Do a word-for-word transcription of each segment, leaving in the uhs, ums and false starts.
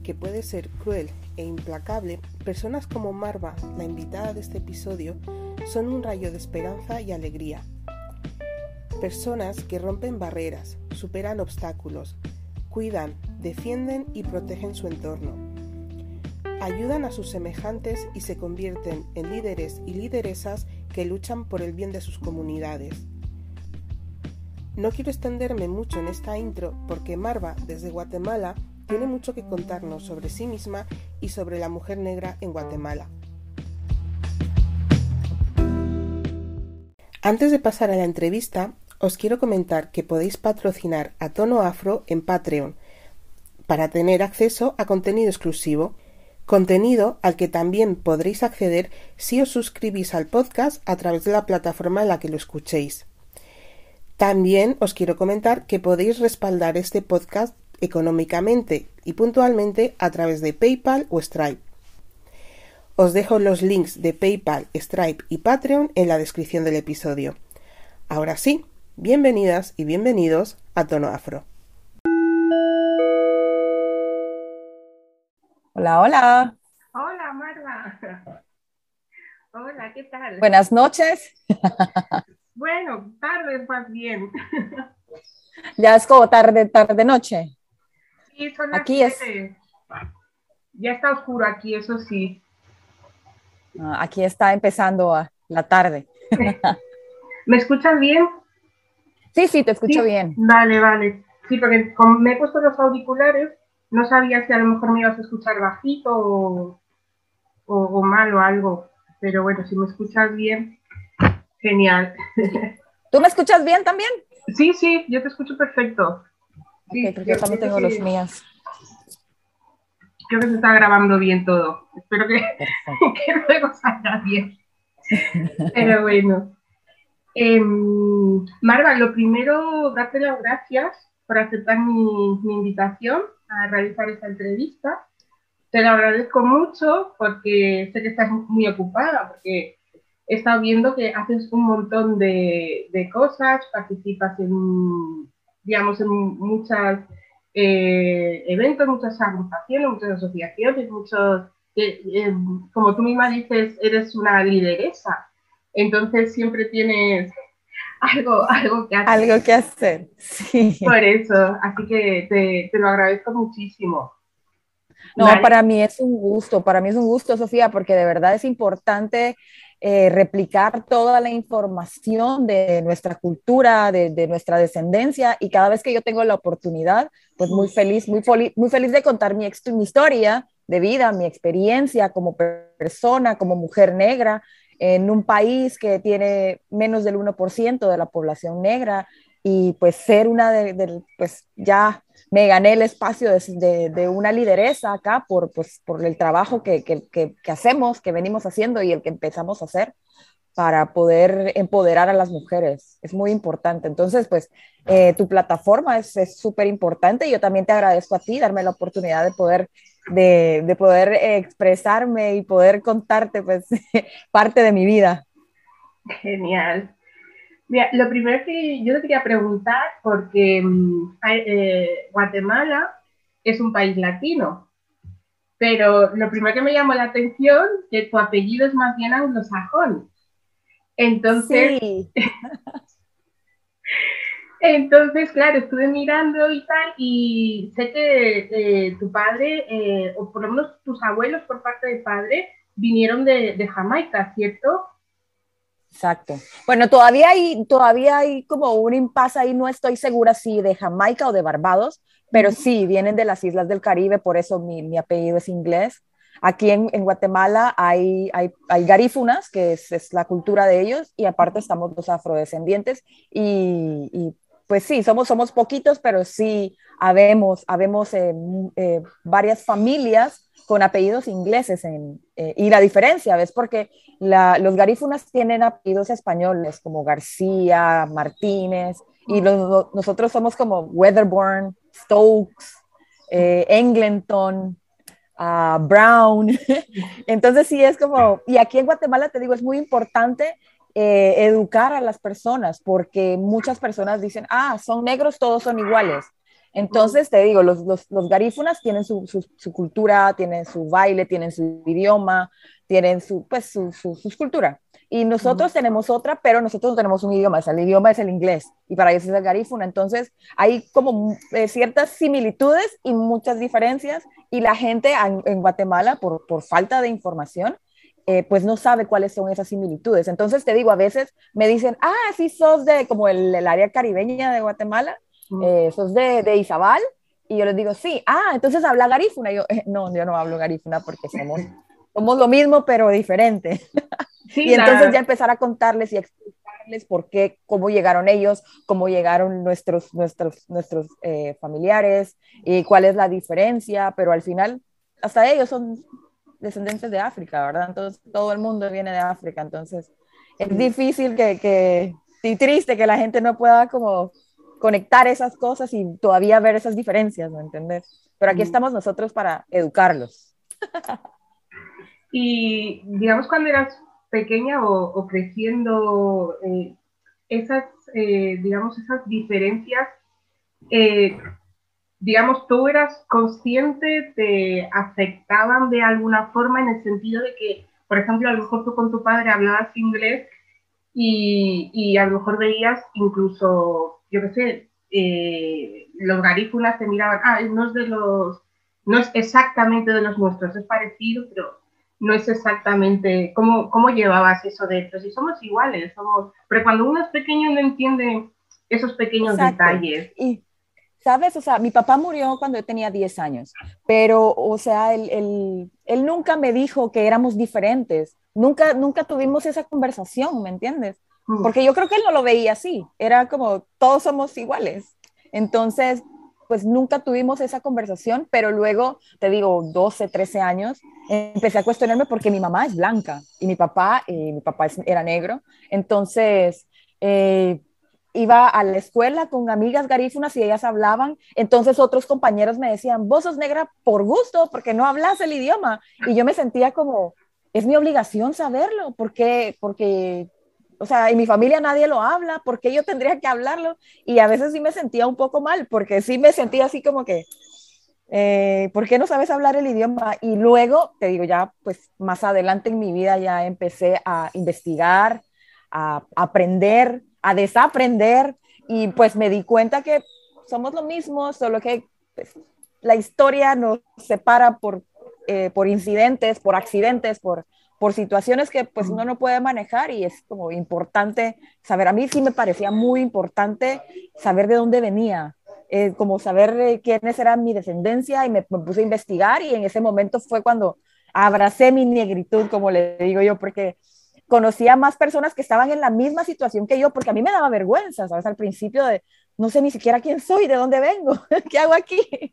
que puede ser cruel e implacable, personas como Marva, la invitada de este episodio, son un rayo de esperanza y alegría. Personas que rompen barreras, superan obstáculos, cuidan, defienden y protegen su entorno. Ayudan a sus semejantes y se convierten en líderes y lideresas que luchan por el bien de sus comunidades. No quiero extenderme mucho en esta intro porque Marva, desde Guatemala, tiene mucho que contarnos sobre sí misma y sobre la mujer negra en Guatemala. Antes de pasar a la entrevista, os quiero comentar que podéis patrocinar a Tono Afro en Patreon para tener acceso a contenido exclusivo, contenido al que también podréis acceder si os suscribís al podcast a través de la plataforma en la que lo escuchéis. También os quiero comentar que podéis respaldar este podcast económicamente y puntualmente a través de PayPal o Stripe. Os dejo los links de PayPal, Stripe y Patreon en la descripción del episodio. Ahora sí, bienvenidas y bienvenidos a Tono Afro. Hola, hola. Hola, Marva. Hola, ¿qué tal? Buenas noches. Bueno, tarde más bien. Ya es como tarde, tarde, noche. Sí, son las Aquí es. siete. Ya está oscuro aquí, eso sí. Aquí está empezando a la tarde. ¿Me escuchas bien? Sí, sí, te escucho Sí, bien. vale, vale. Sí, porque como me he puesto los auriculares, no sabía si a lo mejor me ibas a escuchar bajito o, o, o mal o algo. Pero bueno, si me escuchas bien, genial. ¿Tú me escuchas bien también? Sí, sí, yo te escucho perfecto. Sí, ok, porque yo también tengo que, los míos. Creo que se está grabando bien todo. Espero que, que luego salga bien. Pero bueno. Eh, Marva, lo primero, darte las gracias por aceptar mi, mi invitación a realizar esta entrevista. Te lo agradezco mucho porque sé que estás muy ocupada, porque he estado viendo que haces un montón de, de cosas, participas en, digamos, en muchos eh, eventos, muchas agrupaciones, muchas asociaciones, muchos, eh, eh, como tú misma dices, eres una lideresa. Entonces siempre tienes algo, algo que hacer. Algo que hacer, sí. Por eso, así que te, te lo agradezco muchísimo. No, ¿Vale? para mí es un gusto, para mí es un gusto, Sofía, porque de verdad es importante eh, replicar toda la información de nuestra cultura, de, de nuestra descendencia, y cada vez que yo tengo la oportunidad, pues muy feliz, muy, muy feliz de contar mi, mi historia de vida, mi experiencia como persona, como mujer negra, en un país que tiene menos del uno por ciento de la población negra, y pues ser una de, de pues ya me gané el espacio de, de, de una lideresa acá por, pues, por el trabajo que, que, que, que hacemos, que venimos haciendo y el que empezamos a hacer para poder empoderar a las mujeres. Es muy importante. Entonces, pues, eh, tu plataforma es súper importante y yo también te agradezco a ti darme la oportunidad de poder, de, de poder eh, expresarme y poder contarte, pues, parte de mi vida. Genial. Mira, lo primero que yo te quería preguntar, porque eh, Guatemala es un país latino, pero lo primero que me llamó la atención es que tu apellido es más bien anglosajón. Entonces, sí. entonces, claro, estuve mirando y tal, y sé que eh, tu padre, eh, o por lo menos tus abuelos por parte de padre, vinieron de, de Jamaica, ¿cierto? Exacto. Bueno, todavía hay, todavía hay como un impasse ahí, no estoy segura si de Jamaica o de Barbados, pero sí, vienen de las islas del Caribe, por eso mi, mi apellido es inglés. Aquí en, en Guatemala hay, hay, hay garífunas, que es, es, la cultura de ellos, y aparte estamos los afrodescendientes, y, y pues sí, somos, somos poquitos, pero sí habemos, habemos eh, eh, varias familias con apellidos ingleses. En, eh, y la diferencia, ¿ves? Porque la, los garífunas tienen apellidos españoles como García, Martínez, y los, nosotros somos como Weatherbourne, Stokes, eh, Engleton, uh, Brown. Entonces sí es como, y aquí en Guatemala te digo, es muy importante eh, educar a las personas porque muchas personas dicen, ah, son negros, todos son iguales. Entonces, te digo, los, los, los garífunas tienen su, su, su, cultura, tienen su baile, tienen su idioma, tienen su, pues, su, su, su cultura. Y nosotros tenemos otra, pero nosotros no tenemos un idioma, o sea, el idioma es el inglés, y para ellos es el garífuna. Entonces, hay como eh, ciertas similitudes y muchas diferencias, y la gente en, en Guatemala, por, por falta de información, eh, pues no sabe cuáles son esas similitudes. Entonces, te digo, a veces me dicen, ah, sí, sos de como el, el área caribeña de Guatemala, eh, sos de, de Izabal, y yo les digo, sí, ah, entonces habla garífuna. Y yo, eh, no, yo no hablo garífuna porque somos, somos lo mismo, pero diferente. Sí, Y entonces la... ya empezar a contarles y a explicarles por qué, cómo llegaron ellos, cómo llegaron nuestros, nuestros, nuestros eh, familiares y cuál es la diferencia, pero al final hasta ellos son descendientes de África, ¿verdad? Entonces todo el mundo viene de África, entonces es difícil que, que, y triste que la gente no pueda como conectar esas cosas y todavía ver esas diferencias, ¿me entiendes? Pero aquí estamos nosotros para educarlos. Y digamos cuando eras pequeña o, o creciendo, eh, esas, eh, digamos, esas diferencias, eh, digamos, tú eras consciente, te afectaban de alguna forma en el sentido de que, por ejemplo, a lo mejor tú con tu padre hablabas inglés y, y a lo mejor veías incluso, yo qué sé, eh, los garífunas te miraban, ah, no es de los, no es exactamente de los nuestros, es parecido, pero no es exactamente, ¿cómo, cómo llevabas eso de, pero si somos iguales, somos, pero cuando uno es pequeño no entiende esos pequeños Exacto. detalles. Y, ¿sabes? O sea, mi papá murió cuando yo tenía diez años, pero, o sea, él, él, él nunca me dijo que éramos diferentes. Nunca, nunca tuvimos esa conversación, ¿me entiendes? Mm. Porque yo creo que él no lo veía así. Era como, todos somos iguales. Entonces, pues nunca tuvimos esa conversación, pero luego, te digo, doce, trece años, empecé a cuestionarme porque mi mamá es blanca y mi papá, y mi papá era negro. Entonces, eh, iba a la escuela con amigas garífunas y ellas hablaban, entonces otros compañeros me decían, vos sos negra por gusto, porque no hablas el idioma, y yo me sentía como, es mi obligación saberlo, porque, porque, o sea, en mi familia nadie lo habla, ¿por qué yo tendría que hablarlo? Y a veces sí me sentía un poco mal, porque sí me sentía así como que, eh, ¿por qué no sabes hablar el idioma? Y luego, te digo, ya pues más adelante en mi vida ya empecé a investigar, a aprender, a desaprender y pues me di cuenta que somos lo mismo, solo que pues, la historia nos separa por, eh, por incidentes, por accidentes, por, por situaciones que pues uno no puede manejar y es como importante saber. A mí sí me parecía muy importante saber de dónde venía, eh, como saber eh, quiénes eran mi descendencia y me, me puse a investigar y en ese momento fue cuando abracé mi negritud, como le digo yo, porque conocía más personas que estaban en la misma situación que yo, porque a mí me daba vergüenza, ¿sabes? Al principio de, no sé ni siquiera quién soy, de dónde vengo, qué hago aquí.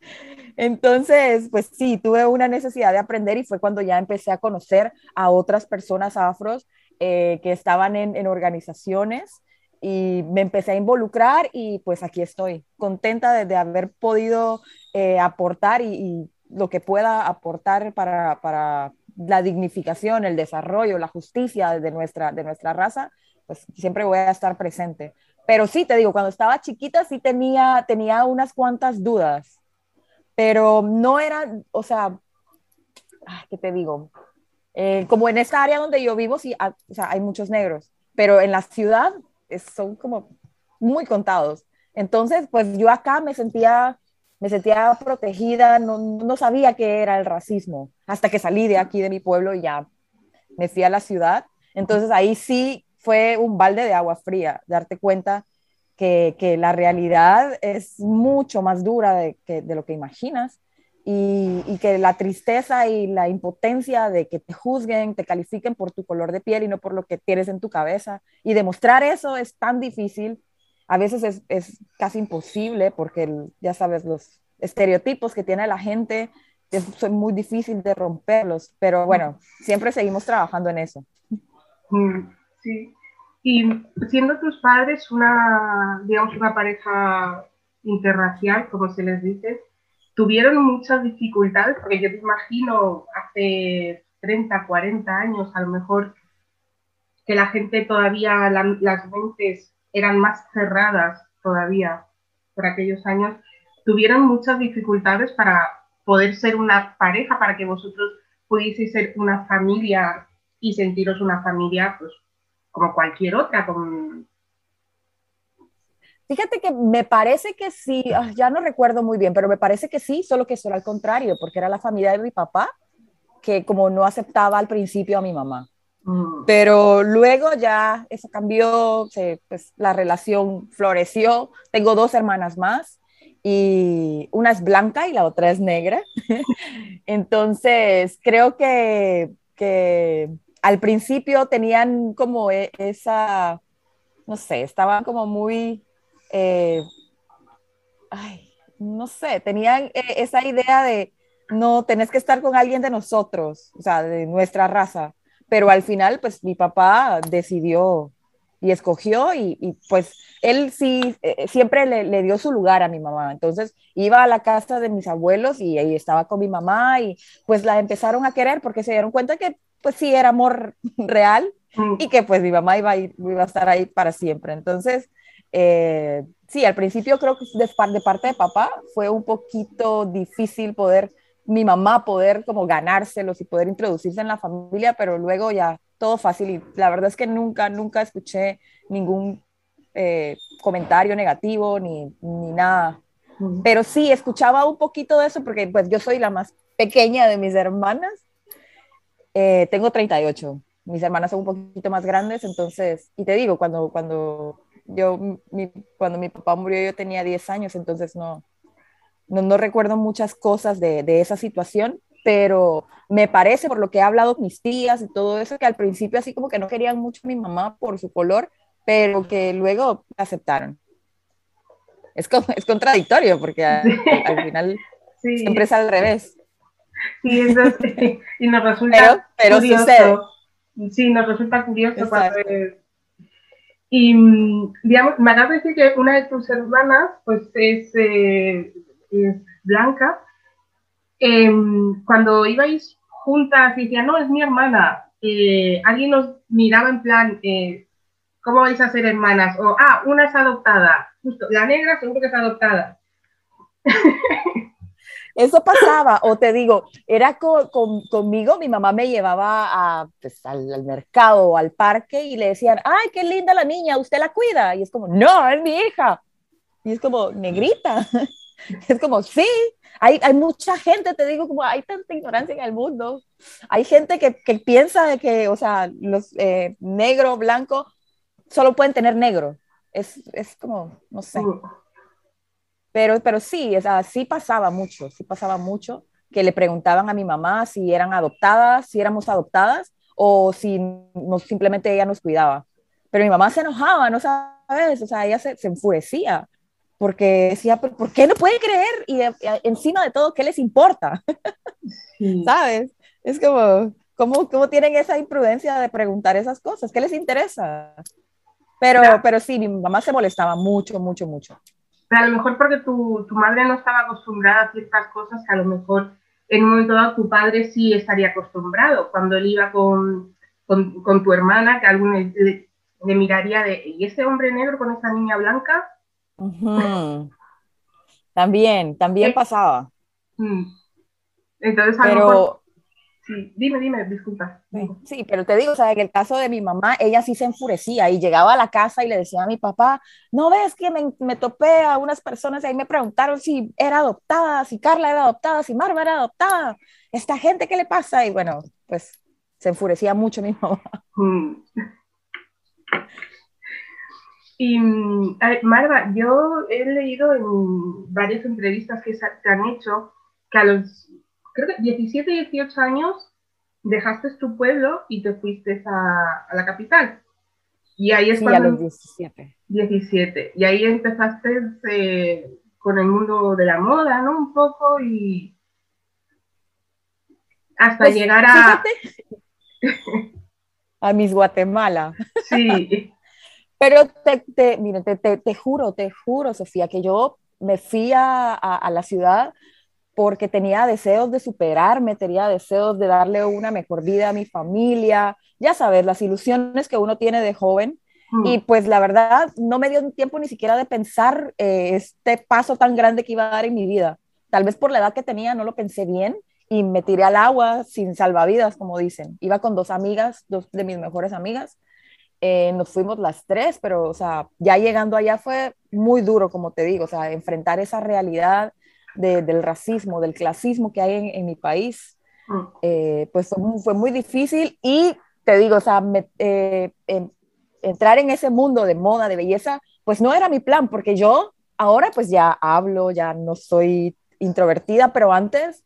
Entonces, pues sí, tuve una necesidad de aprender y fue cuando ya empecé a conocer a otras personas afros eh, que estaban en, en organizaciones y me empecé a involucrar y pues aquí estoy, contenta de, de haber podido eh, aportar y, y, lo que pueda aportar para, para la dignificación, el desarrollo, la justicia de nuestra, de nuestra raza, pues siempre voy a estar presente. Pero sí, te digo, cuando estaba chiquita sí tenía, tenía unas cuantas dudas, pero no era, o sea, ¿qué te digo? Eh, como en esta área donde yo vivo, sí, hay, o sea, hay muchos negros, pero en la ciudad es, son como muy contados. Entonces, pues yo acá me sentía, me sentía protegida, no, no sabía qué era el racismo, hasta que salí de aquí, de mi pueblo, y ya me fui a la ciudad. Entonces ahí sí fue un balde de agua fría, darte cuenta que, que la realidad es mucho más dura de, que, de lo que imaginas y, y, que la tristeza y la impotencia de que te juzguen, te califiquen por tu color de piel y no por lo que tienes en tu cabeza. Y demostrar eso es tan difícil, a veces es, es casi imposible porque el, ya sabes, los estereotipos que tiene la gente es muy difícil de romperlos, pero bueno, siempre seguimos trabajando en eso. Sí. Y siendo tus padres una, digamos, una pareja interracial, como se les dice, ¿tuvieron muchas dificultades? Porque yo te imagino hace treinta, cuarenta años, a lo mejor, que la gente todavía, la, las mentes eran más cerradas todavía por aquellos años. tuvieron muchas dificultades para poder ser una pareja, para que vosotros pudieseis ser una familia y sentiros una familia, pues, como cualquier otra. Con... Fíjate que me parece que sí, ya no recuerdo muy bien, pero me parece que sí, solo que eso era al contrario, porque era la familia de mi papá que como no aceptaba al principio a mi mamá. Mm. Pero luego ya eso cambió, se, pues, la relación floreció. Tengo dos hermanas más y una es blanca y la otra es negra. Entonces, creo que, que al principio tenían como esa, no sé, estaban como muy, eh, ay, no sé, tenían esa idea de no, tenés que estar con alguien de nosotros, o sea, de nuestra raza. Pero al final, pues mi papá decidió y escogió y, y pues él sí, eh, siempre le, le, dio su lugar a mi mamá. Entonces iba a la casa de mis abuelos y ahí estaba con mi mamá y pues la empezaron a querer porque se dieron cuenta que pues sí era amor real y que pues mi mamá iba a, ir, iba a estar ahí para siempre. Entonces, eh, sí, al principio creo que de, de parte de papá fue un poquito difícil poder mi mamá poder como ganárselos y poder introducirse en la familia, pero luego ya todo fácil y la verdad es que nunca, nunca escuché ningún eh, comentario negativo ni, ni nada. Mm. Pero sí, escuchaba un poquito de eso porque pues yo soy la más pequeña de mis hermanas. Eh, tengo treinta y ocho, mis hermanas son un poquito más grandes, entonces, y te digo, cuando, cuando, yo, mi, cuando mi papá murió yo tenía diez años, entonces no, no, no recuerdo muchas cosas de, de esa situación, pero me parece, por lo que he hablado con mis tías y todo eso, que al principio así como que no querían mucho a mi mamá por su color, pero que luego aceptaron. Es, como, es contradictorio porque al, al final sí. Siempre es al revés. Sí, eso es, y nos resulta pero, pero curioso. Sucede. Sí, nos resulta curioso cuando es... Y, digamos, me acabas de decir que una de tus hermanas, pues, es, eh, es blanca. Eh, cuando ibais juntas y decían, no, es mi hermana, eh, alguien nos miraba en plan, eh, ¿cómo vais a ser hermanas? O, ah, una es adoptada. Justo, la negra seguro que es adoptada. Eso pasaba, o te digo, era con, con, conmigo, mi mamá me llevaba a, pues, al, al mercado o al parque y le decían, ay, qué linda la niña, ¿usted la cuida? Y es como, no, es mi hija. Y es como, negrita. Es como, sí, hay, hay mucha gente, te digo, como hay tanta ignorancia en el mundo. Hay gente que, que piensa de que, o sea, los eh, negro, blanco, solo pueden tener negro. Es, es como, no sé. Pero, pero sí, o sea, sí pasaba mucho, sí pasaba mucho que le preguntaban a mi mamá si eran adoptadas, si éramos adoptadas o si no, simplemente ella nos cuidaba. Pero mi mamá se enojaba, ¿no sabes? O sea, ella se, se enfurecía porque decía, ¿por qué no puede creer? Y eh, encima de todo, ¿qué les importa? Sí. ¿Sabes? Es como, ¿cómo, ¿cómo tienen esa imprudencia de preguntar esas cosas? ¿Qué les interesa? Pero, claro. Pero sí, mi mamá se molestaba mucho, mucho, mucho. Pero a lo mejor porque tu, tu madre no estaba acostumbrada a ciertas cosas que a lo mejor en un momento dado tu padre sí estaría acostumbrado. Cuando él iba con, con, con tu hermana, que alguno le, le miraría de, ¿y ese hombre negro con esa niña blanca? Uh-huh. También, también eh, pasaba. Entonces a pero, lo mejor... Sí, dime, dime, disculpa. Sí, sí, pero te digo, o sea, en el caso de mi mamá, ella sí se enfurecía y llegaba a la casa y le decía a mi papá, ¿no ves que me, me topé a unas personas y ahí me preguntaron si era adoptada, si Carla era adoptada, si Marva era adoptada? ¿Esta gente qué le pasa? Y bueno, pues se enfurecía mucho mi mamá. Mm. Y, a ver, Marva, yo he leído en varias entrevistas que se han hecho que a los, creo que diecisiete, dieciocho años dejaste tu pueblo y te fuiste a, a la capital. Y ahí es sí, cuando... a los diecisiete. diecisiete. Y ahí empezaste eh, con el mundo de la moda, ¿no? Un poco y... Hasta pues, llegar a... a Miss Guatemala. Sí. Pero te, te, mire, te, te, te juro, te juro, Sofía, que yo me fui a, a, a la ciudad porque tenía deseos de superarme, tenía deseos de darle una mejor vida a mi familia, ya sabes, las ilusiones que uno tiene de joven. Mm. Y pues la verdad no me dio tiempo ni siquiera de pensar eh, este paso tan grande que iba a dar en mi vida. Tal vez por la edad que tenía no lo pensé bien y me tiré al agua sin salvavidas, como dicen. Iba con dos amigas, dos de mis mejores amigas. Eh, nos fuimos las tres, pero o sea, ya llegando allá fue muy duro, como te digo, o sea, enfrentar esa realidad de, del racismo, del clasismo que hay en, en mi país, Mm. eh, pues fue muy, fue muy difícil y te digo, o sea, me, eh, en, entrar en ese mundo de moda, de belleza, pues no era mi plan, porque yo ahora pues ya hablo, ya no soy introvertida, pero antes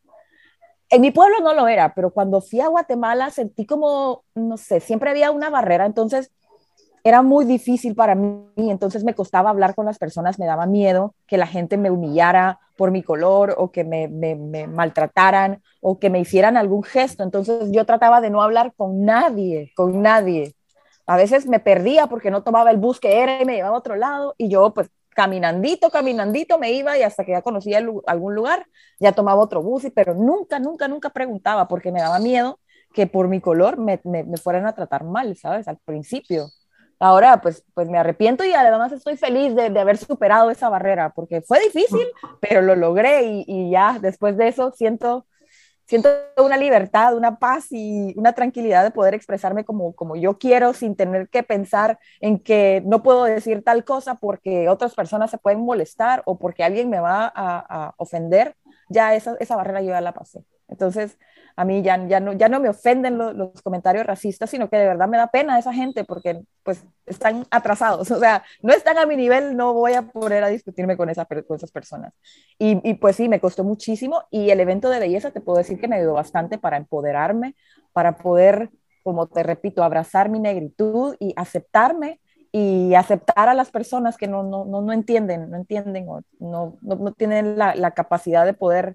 en mi pueblo no lo era, pero cuando fui a Guatemala sentí como, no sé, siempre había una barrera, entonces era muy difícil para mí, entonces me costaba hablar con las personas, me daba miedo que la gente me humillara por mi color o que me, me, me maltrataran o que me hicieran algún gesto, entonces yo trataba de no hablar con nadie, con nadie. A veces me perdía porque no tomaba el bus que era y me llevaba a otro lado y yo pues caminandito, caminandito me iba y hasta que ya conocía el, algún lugar ya tomaba otro bus, y, pero nunca, nunca, nunca preguntaba porque me daba miedo que por mi color me, me, me fueran a tratar mal, ¿sabes? Al principio. Ahora pues, pues me arrepiento y además estoy feliz de, de haber superado esa barrera porque fue difícil, pero lo logré y, y ya después de eso siento siento una libertad, una paz y una tranquilidad de poder expresarme como, como yo quiero sin tener que pensar en que no puedo decir tal cosa porque otras personas se pueden molestar o porque alguien me va a, a ofender. Ya esa, esa barrera yo ya la pasé. Entonces, a mí ya, ya, no, ya no me ofenden lo, los comentarios racistas, sino que de verdad me da pena esa gente porque pues están atrasados. O sea, no están a mi nivel, no voy a poner a discutirme con, esa, con esas personas. Y, y, pues sí, me costó muchísimo y el evento de belleza te puedo decir que me ayudó bastante para empoderarme, para poder, como te repito, abrazar mi negritud y aceptarme y aceptar a las personas que no, no, no, no entienden, no entienden o no, no, no tienen la, la, capacidad de poder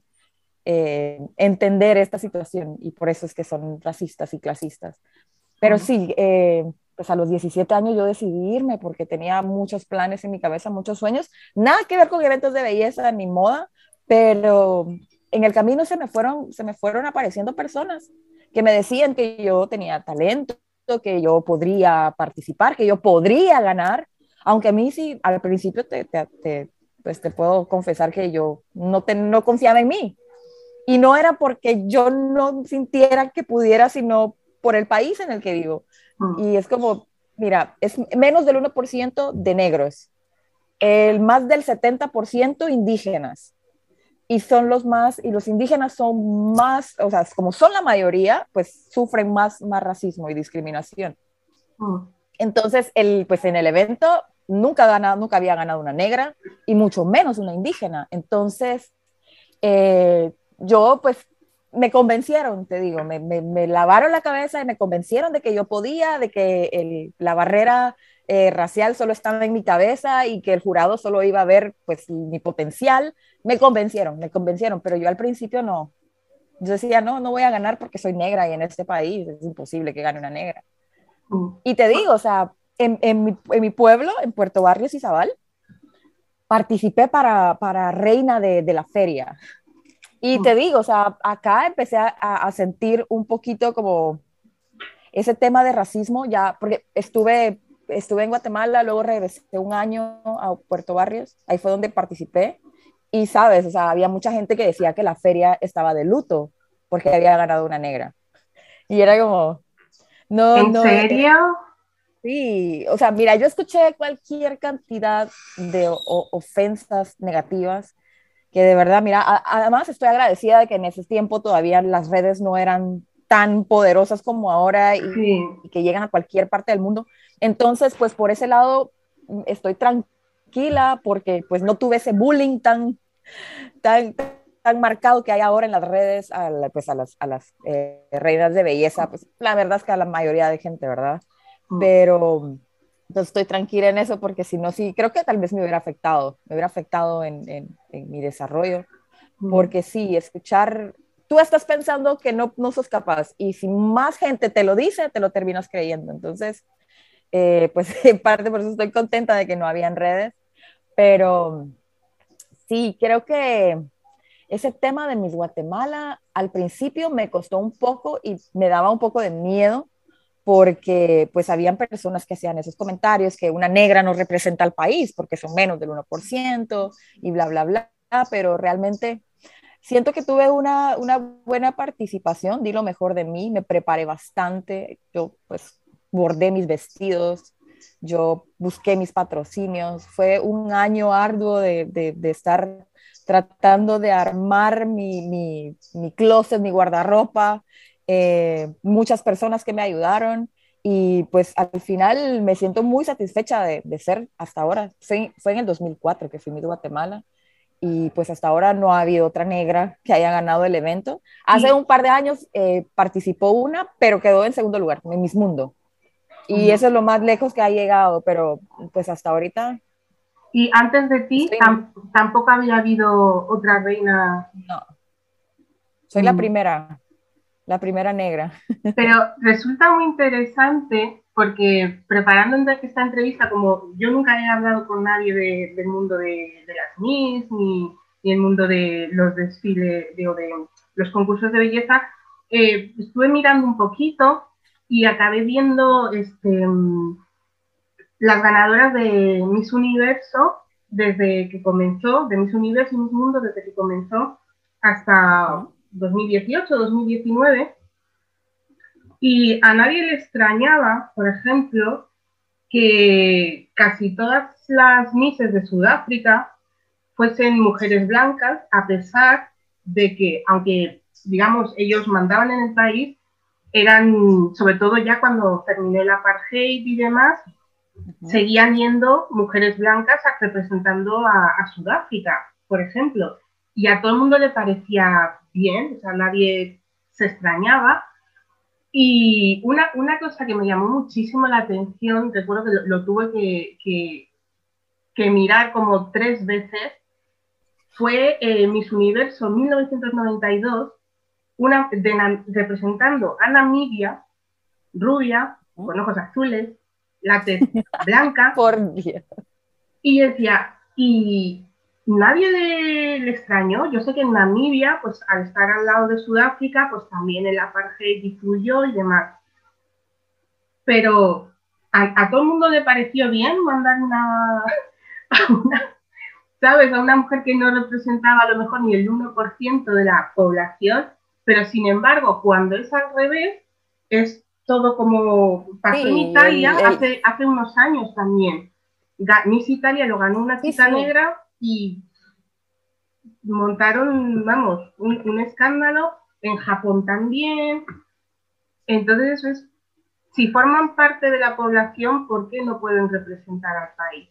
eh, entender esta situación y por eso es que son racistas y clasistas. Pero sí, eh, pues a los diecisiete años yo decidí irme porque tenía muchos planes en mi cabeza, muchos sueños, nada que ver con eventos de belleza ni moda, pero en el camino se me fueron, se me fueron apareciendo personas que me decían que yo tenía talento, que yo podría participar, que yo podría ganar, aunque a mí sí, al principio te, te, te, pues te puedo confesar que yo no, te, no confiaba en mí. Y no era porque yo no sintiera que pudiera, sino por el país en el que vivo. Mm. Y es como, mira, es menos del uno por ciento de negros, el más del setenta por ciento indígenas. Y son los más, y los indígenas son más, o sea, como son la mayoría, pues sufren más, más racismo y discriminación. Mm. Entonces, el, pues en el evento nunca, ganado, nunca había ganado una negra y mucho menos una indígena. Entonces, eh, yo pues me convencieron, te digo, me, me, me, lavaron la cabeza y me convencieron de que yo podía, de que el, la barrera eh, racial solo estaba en mi cabeza y que el jurado solo iba a ver pues mi potencial. Me convencieron, me convencieron, pero yo al principio no. Yo decía, no, no voy a ganar porque soy negra y en este país es imposible que gane una negra. Mm. Y te digo, o sea, en, en, mi, en mi pueblo, en Puerto Barrios y Zabal, participé para, para reina de, de la feria. Y te digo, o sea, acá empecé a, a, sentir un poquito como ese tema de racismo, ya, porque estuve, estuve en Guatemala, luego regresé un año a Puerto Barrios, ahí fue donde participé, y sabes, o sea, había mucha gente que decía que la feria estaba de luto porque había ganado una negra. Y era como, no, ¿En no. serio? Sí, o sea, mira, yo escuché cualquier cantidad de o, ofensas negativas que de verdad, mira, a, además estoy agradecida de que en ese tiempo todavía las redes no eran tan poderosas como ahora y, Sí. y que llegan a cualquier parte del mundo. Entonces, pues por ese lado estoy tranquila porque pues no tuve ese bullying tan, tan, tan marcado que hay ahora en las redes a, la, pues, a las, a las eh, reinas de belleza. Pues la verdad es que a la mayoría de gente, ¿verdad? Pero entonces estoy tranquila en eso porque si no, sí, creo que tal vez me hubiera afectado, me hubiera afectado en, en, en mi desarrollo, porque sí, escuchar, tú estás pensando que no, no sos capaz y si más gente te lo dice, te lo terminas creyendo. Entonces, eh, pues en parte por eso estoy contenta de que no había redes, pero sí, creo que ese tema de Miss Guatemala al principio me costó un poco y me daba un poco de miedo porque pues habían personas que hacían esos comentarios, que una negra no representa al país porque son menos del uno por ciento y bla, bla, bla, pero realmente siento que tuve una, una buena participación, di lo mejor de mí, me preparé bastante, yo pues bordé mis vestidos, yo busqué mis patrocinios, fue un año arduo de, de, de estar tratando de armar mi, mi, mi closet, mi guardarropa, eh, muchas personas que me ayudaron y pues al final me siento muy satisfecha de, de ser hasta ahora. Fue, fue en el dos mil cuatro que fui a Guatemala y pues hasta ahora no ha habido otra negra que haya ganado el evento. Hace Y, un par de años eh, participó una, pero quedó en segundo lugar, en Miss Mundo. Y ujú. eso es lo más lejos que ha llegado, pero pues hasta ahorita Y antes de ti estoy, tam- tampoco había habido otra reina. no, soy la mm, primera, la primera negra. Pero resulta muy interesante porque preparando esta entrevista, como yo nunca he hablado con nadie de, del mundo de, de las Miss, ni, ni el mundo de los desfiles, de, o de los concursos de belleza, eh, estuve mirando un poquito y acabé viendo este, las ganadoras de Miss Universo desde que comenzó, de Miss Universo y Miss Mundo desde que comenzó hasta Ujú. dos mil dieciocho, dos mil diecinueve. Y a nadie le extrañaba, por ejemplo, que casi todas las Misses de Sudáfrica fuesen mujeres blancas, a pesar de que, aunque, digamos, ellos mandaban en el país, eran, sobre todo ya cuando terminó el apartheid y demás, Ujú. seguían yendo mujeres blancas representando a, a Sudáfrica, por ejemplo. Y a todo el mundo le parecía bien, o sea, nadie se extrañaba. Y una, una cosa que me llamó muchísimo la atención, recuerdo que lo, lo tuve que, que, que, mirar como tres veces, fue eh, Miss Universo mil novecientos noventa y dos, una, de, representando a Namibia, rubia, con ojos azules, la tez blanca, Por Dios. y decía, y nadie le, le extrañó. Yo sé que en Namibia, pues al estar al lado de Sudáfrica, pues también el apartheid influyó y demás. Pero a, a todo el mundo le pareció bien mandar una, a una, ¿sabes? A una mujer que no representaba a lo mejor ni el uno por ciento de la población, pero sin embargo, cuando es al revés, es todo como pasó en Sí, Italia el, el, hace, hace unos años también. Miss Italia lo ganó una sí, chica sí. negra y montaron, vamos, un, un escándalo. En Japón también. Entonces, eso es, si forman parte de la población, ¿por qué no pueden representar al país?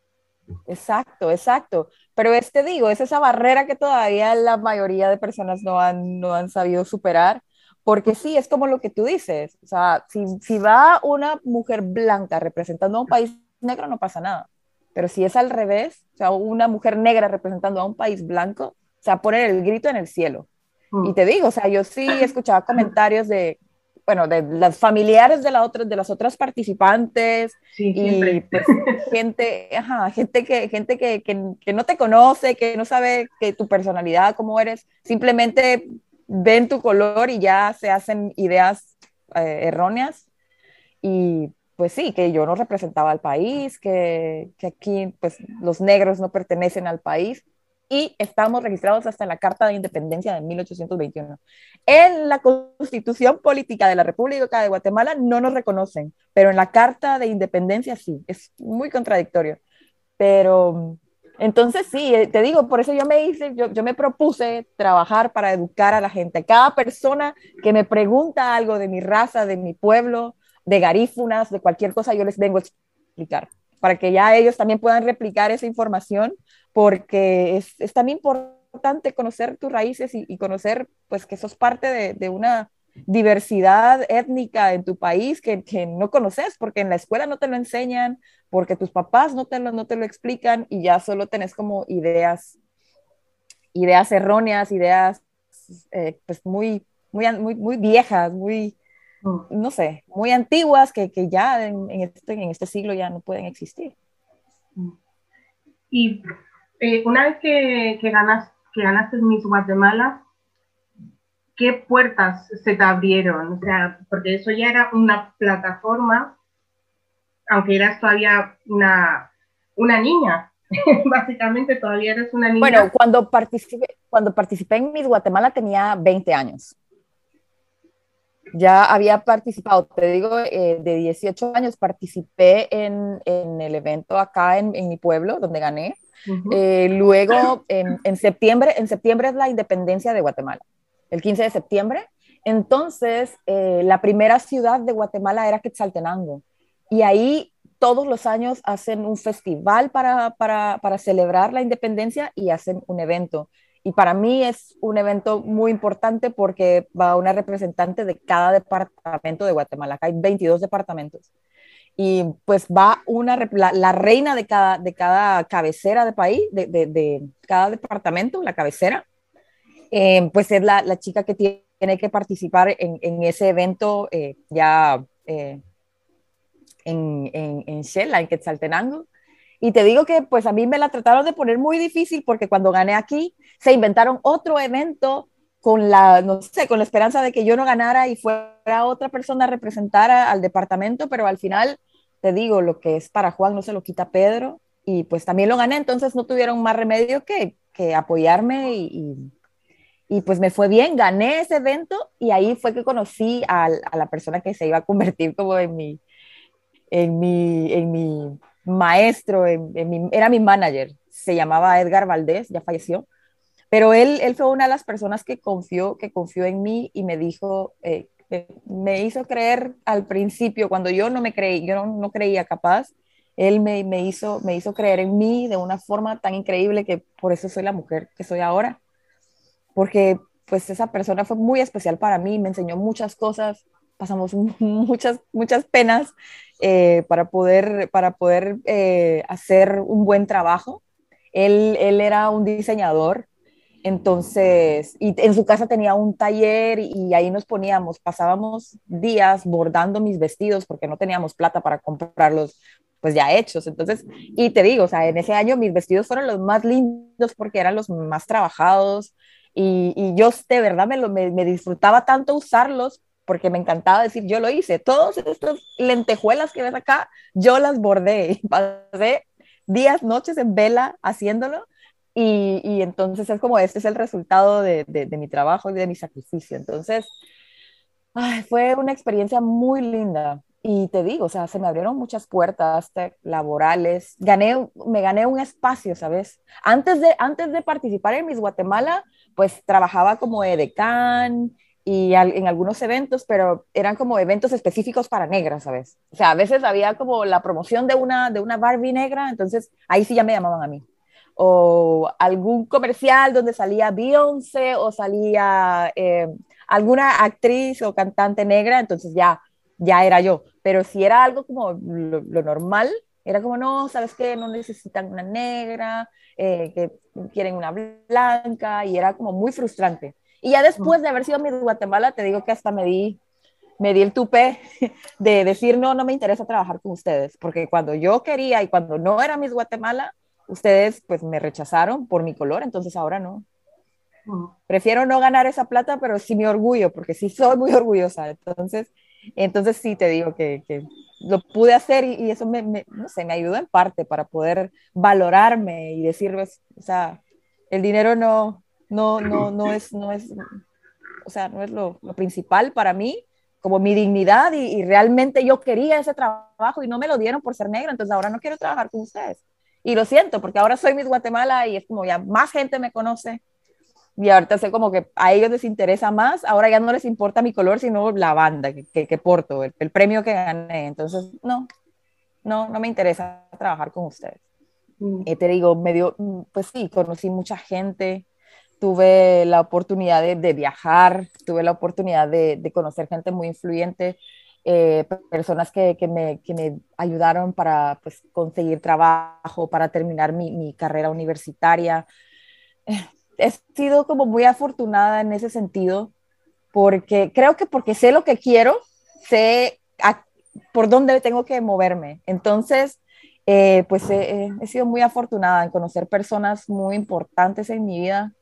Exacto, exacto. Pero es, te digo, es esa barrera que todavía la mayoría de personas no han, no han sabido superar, porque sí, es como lo que tú dices. O sea, si, si va una mujer blanca representando a un país negro, no pasa nada. Pero si es al revés, o sea, una mujer negra representando a un país blanco, o sea, poner el grito en el cielo. Y Mm. te digo, o sea, yo sí escuchaba comentarios de, bueno, de las familiares de, la otra, de las otras participantes Sí, y siempre. pues gente, ajá, gente, que, gente que, que, que no te conoce, que no sabe que tu personalidad, cómo eres, simplemente ven tu color y ya se hacen ideas eh, erróneas. Y pues sí, que yo no representaba al país, que, que aquí pues los negros no pertenecen al país y estamos registrados hasta en la Carta de Independencia de mil ochocientos veintiuno. En la Constitución Política de la República de Guatemala no nos reconocen, pero en la Carta de Independencia sí, es muy contradictorio. Pero entonces sí, eh, te digo, por eso yo me hice, yo, yo me propuse trabajar para educar a la gente. Cada persona que me pregunta algo de mi raza, de mi pueblo, de garífunas, de cualquier cosa, yo les vengo a explicar, para que ya ellos también puedan replicar esa información, porque es, es tan importante conocer tus raíces y, y conocer pues que sos parte de, de una diversidad étnica en tu país que, que no conoces, porque en la escuela no te lo enseñan, porque tus papás no te lo, no te lo explican y ya solo tenés como ideas, ideas erróneas, ideas eh, pues muy, muy, muy, muy viejas, muy, Mm. no sé, muy antiguas que, que ya en, en, este, en este siglo ya no pueden existir. Y eh, una vez que, que, ganas, que ganaste Miss Guatemala, ¿qué puertas se te abrieron? O sea, porque eso ya era una plataforma, aunque eras todavía una, una niña, básicamente todavía eres una niña. Bueno, cuando participé, cuando participé en Miss Guatemala tenía veinte años. Ya había participado, te digo, eh, de dieciocho años participé en, en el evento acá en, en mi pueblo, donde gané. Uh-huh. eh, luego, en, en, septiembre, en septiembre es la independencia de Guatemala, el quince de septiembre. Entonces, eh, la primera ciudad de Guatemala era Quetzaltenango. Y ahí todos los años hacen un festival para, para, para celebrar la independencia y hacen un evento. Y para mí es un evento muy importante porque va una representante de cada departamento de Guatemala. Acá hay veintidós departamentos. Y pues va una, la, la reina de cada, de cada cabecera de país, de, de, de cada departamento, la cabecera, eh, pues es la, la chica que tiene que participar en, en ese evento eh, ya eh, en, en, en Xela, en Quetzaltenango. Y te digo que pues a mí me la trataron de poner muy difícil porque cuando gané aquí se inventaron otro evento con la, no sé, con la esperanza de que yo no ganara y fuera otra persona a representar a, al departamento, pero al final, te digo, lo que es para Juan no se lo quita Pedro y pues también lo gané, entonces no tuvieron más remedio que, que apoyarme y, y, y pues me fue bien, gané ese evento y ahí fue que conocí a, a la persona que se iba a convertir como en mi, en mi, en mi maestro, en, en mi, era mi manager, se llamaba Edgar Valdés, ya falleció, pero él, él fue una de las personas que confió, que confió en mí y me dijo, eh, me hizo creer al principio, cuando yo no me creí, yo no, no creía capaz, él me, me, hizo, me hizo creer en mí de una forma tan increíble que por eso soy la mujer que soy ahora, porque pues esa persona fue muy especial para mí, me enseñó muchas cosas, pasamos muchas, muchas penas eh, para poder, para poder eh, hacer un buen trabajo. Él, él era un diseñador, entonces, y en su casa tenía un taller y ahí nos poníamos, pasábamos días bordando mis vestidos porque no teníamos plata para comprarlos pues ya hechos. Entonces, y te digo, o sea, en ese año mis vestidos fueron los más lindos porque eran los más trabajados y, y yo de verdad me, lo, me, me disfrutaba tanto usarlos porque me encantaba decir, yo lo hice. Todas estas lentejuelas que ves acá, yo las bordé y pasé días, noches en vela haciéndolo. Y, y entonces es como, este es el resultado de, de, de mi trabajo y de mi sacrificio. Entonces, ay, fue una experiencia muy linda. Y te digo, o sea, se me abrieron muchas puertas laborales. Gané, me gané un espacio, ¿sabes? Antes de, antes de participar en Miss Guatemala, pues trabajaba como edecán y al, en algunos eventos, pero eran como eventos específicos para negras, ¿sabes? O sea, a veces había como la promoción de una, de una Barbie negra, entonces ahí sí ya me llamaban a mí. O algún comercial donde salía Beyoncé o salía eh, alguna actriz o cantante negra, entonces ya, ya era yo. Pero si era algo como lo, lo normal, era como, no, ¿sabes qué? No necesitan una negra, eh, que quieren una blanca, y era como muy frustrante. Y ya después de haber sido Miss Guatemala, te digo que hasta me di, me di el tupé de decir, no, no me interesa trabajar con ustedes, porque cuando yo quería y cuando no era Miss Guatemala, ustedes pues me rechazaron por mi color, entonces ahora no. Prefiero no ganar esa plata, pero sí mi orgullo, porque sí soy muy orgullosa. Entonces, entonces sí te digo que, que lo pude hacer y, y eso me, me, no sé, me ayudó en parte para poder valorarme y decirles, o sea, el dinero no, no, no, no es, no es, o sea, no es lo, lo principal para mí, como mi dignidad y, y realmente yo quería ese trabajo y no me lo dieron por ser negra, entonces ahora no quiero trabajar con ustedes. Y lo siento, porque ahora soy Miss Guatemala y es como ya más gente me conoce. Y ahorita sé como que a ellos les interesa más. Ahora ya no les importa mi color, sino la banda que, que, que porto, el, el premio que gané. Entonces, no, no, no me interesa trabajar con ustedes. Mm. Eh, te digo, me dio, pues sí, conocí mucha gente. Tuve la oportunidad de, de viajar, tuve la oportunidad de, de conocer gente muy influyente. Eh, personas que, que, me, que me ayudaron para pues, conseguir trabajo, para terminar mi, mi carrera universitaria. He sido como muy afortunada en ese sentido, porque creo que porque sé lo que quiero, sé a, por dónde tengo que moverme. Entonces, eh, pues he, he sido muy afortunada en conocer personas muy importantes en mi vida,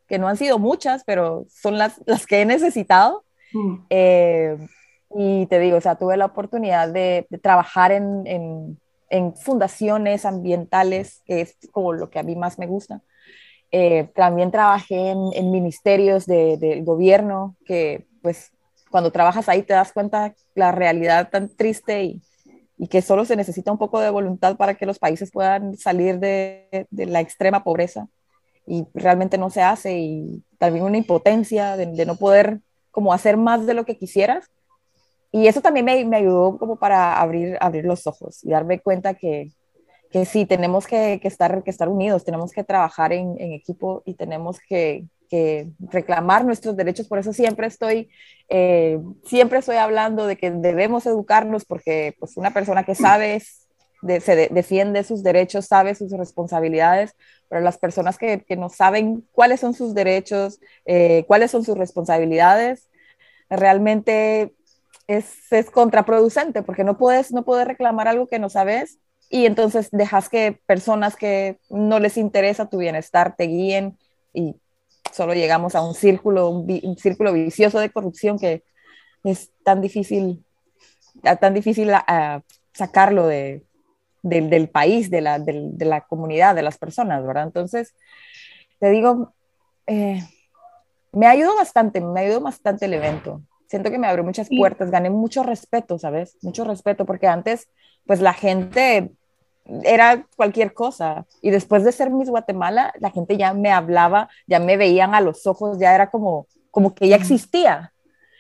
que no han sido muchas, pero son las, las que he necesitado. Mm. Eh, y te digo, o sea, tuve la oportunidad de, de trabajar en, en, en fundaciones ambientales, que es como lo que a mí más me gusta. Eh, también trabajé en, en ministerios de, del gobierno, que pues cuando trabajas ahí te das cuenta la realidad tan triste y, y que solo se necesita un poco de voluntad para que los países puedan salir de, de la extrema pobreza, y realmente no se hace, y también una impotencia de, de no poder como hacer más de lo que quisieras. Y eso también me, me ayudó como para abrir, abrir los ojos y darme cuenta que, que sí, tenemos que, que, estar, que estar unidos, tenemos que trabajar en, en equipo y tenemos que, que reclamar nuestros derechos. Por eso siempre estoy, eh, siempre estoy hablando de que debemos educarnos, porque pues, una persona que sabe, de, se de, defiende sus derechos, sabe sus responsabilidades, pero las personas que, que no saben cuáles son sus derechos, eh, cuáles son sus responsabilidades, realmente es, es contraproducente, porque no puedes, no puedes reclamar algo que no sabes, y entonces dejas que personas que no les interesa tu bienestar te guíen, y solo llegamos a un círculo, un, un círculo vicioso de corrupción que es tan difícil, tan difícil uh, sacarlo de, de, del país, de la, de, de la comunidad, de las personas, ¿verdad? Entonces, te digo, eh, me ayudó bastante, me ayudó bastante el evento. Siento que me abrió muchas puertas, gané mucho respeto, ¿sabes? Mucho respeto, porque antes, pues la gente era cualquier cosa. Y después de ser Miss Guatemala, la gente ya me hablaba, ya me veían a los ojos, ya era como, como que ya existía.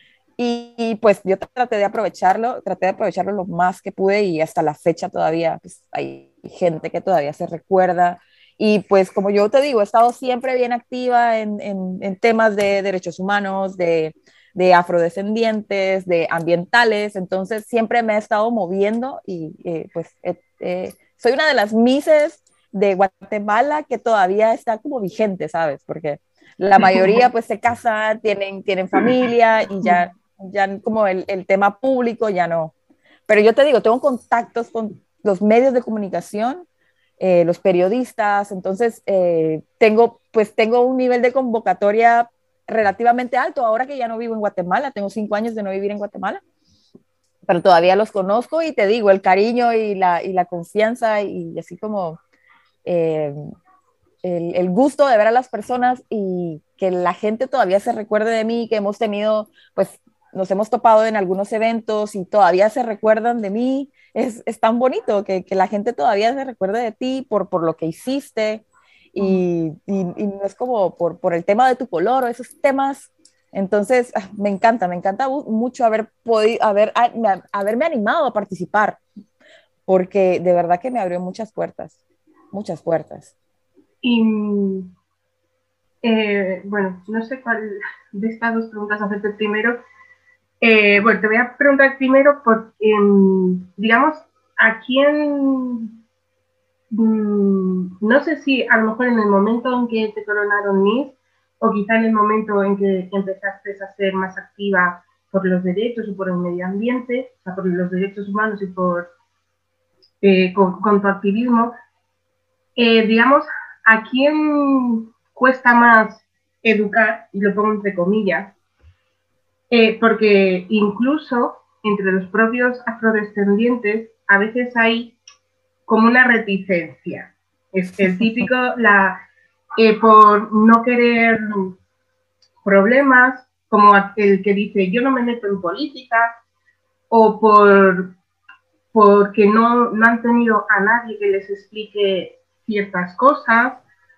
Y, y pues yo traté de aprovecharlo, traté de aprovecharlo lo más que pude, y hasta la fecha todavía pues, hay gente que todavía se recuerda. Y pues como yo te digo, he estado siempre bien activa en, en, en temas de derechos humanos, de, de afrodescendientes, de ambientales, entonces siempre me he estado moviendo, y eh, pues eh, eh, soy una de las Misses de Guatemala que todavía está como vigente, ¿sabes? Porque la mayoría pues se casan, tienen, tienen familia, y ya, ya como el, el tema público ya no. Pero yo te digo, tengo contactos con los medios de comunicación, eh, los periodistas, entonces eh, tengo, pues tengo un nivel de convocatoria relativamente alto, ahora que ya no vivo en Guatemala, tengo cinco años de no vivir en Guatemala, pero todavía los conozco, y te digo, el cariño y la, y la confianza, y así como eh, el, el gusto de ver a las personas, y que la gente todavía se recuerde de mí, que hemos tenido, pues nos hemos topado en algunos eventos y todavía se recuerdan de mí, es, es tan bonito que, que la gente todavía se recuerde de ti por, por lo que hiciste, y, y, y no es como por, por el tema de tu color o esos temas. Entonces, me encanta, me encanta mucho haber podido, haber, haberme animado a participar, porque de verdad que me abrió muchas puertas, muchas puertas. Y, eh, bueno, no sé cuál de estas dos preguntas hacerte primero. Eh, bueno, te voy a preguntar primero por, eh, digamos, a quién, mmm, no sé si a lo mejor en el momento en que te coronaron Miss, o quizá en el momento en que empezaste a ser más activa por los derechos o por el medio ambiente, o sea, por los derechos humanos y por eh, con, con tu activismo, eh, digamos, ¿a quién cuesta más educar? Y lo pongo entre comillas, eh, porque incluso entre los propios afrodescendientes a veces hay como una reticencia. Es el típico, la, eh, por no querer problemas, como el que dice yo no me meto en política, o por porque no, no han tenido a nadie que les explique ciertas cosas,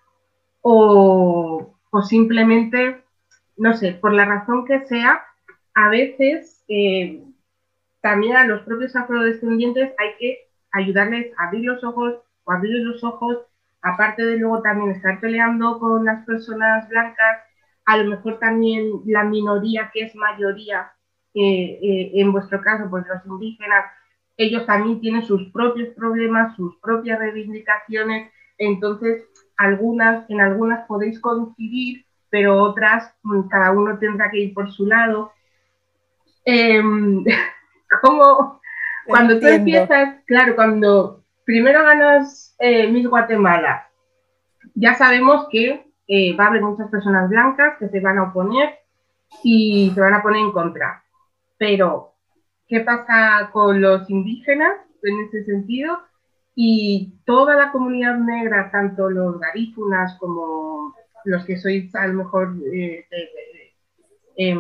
o, o simplemente, no sé, por la razón que sea, a veces eh, también a los propios afrodescendientes hay que ayudarles a abrir los ojos, o abrirles los ojos, aparte de luego también estar peleando con las personas blancas, a lo mejor también la minoría que es mayoría, eh, eh, en vuestro caso, pues los indígenas, ellos también tienen sus propios problemas, sus propias reivindicaciones, entonces algunas, en algunas podéis coincidir, pero otras cada uno tendrá que ir por su lado. Eh, como cuando tú empiezas, claro, cuando primero ganas eh, Miss Guatemala, ya sabemos que eh, va a haber muchas personas blancas que se van a oponer y se van a poner en contra. Pero, ¿qué pasa con los indígenas en ese sentido? Y toda la comunidad negra, tanto los garífunas como los que sois a lo mejor, eh, eh, eh,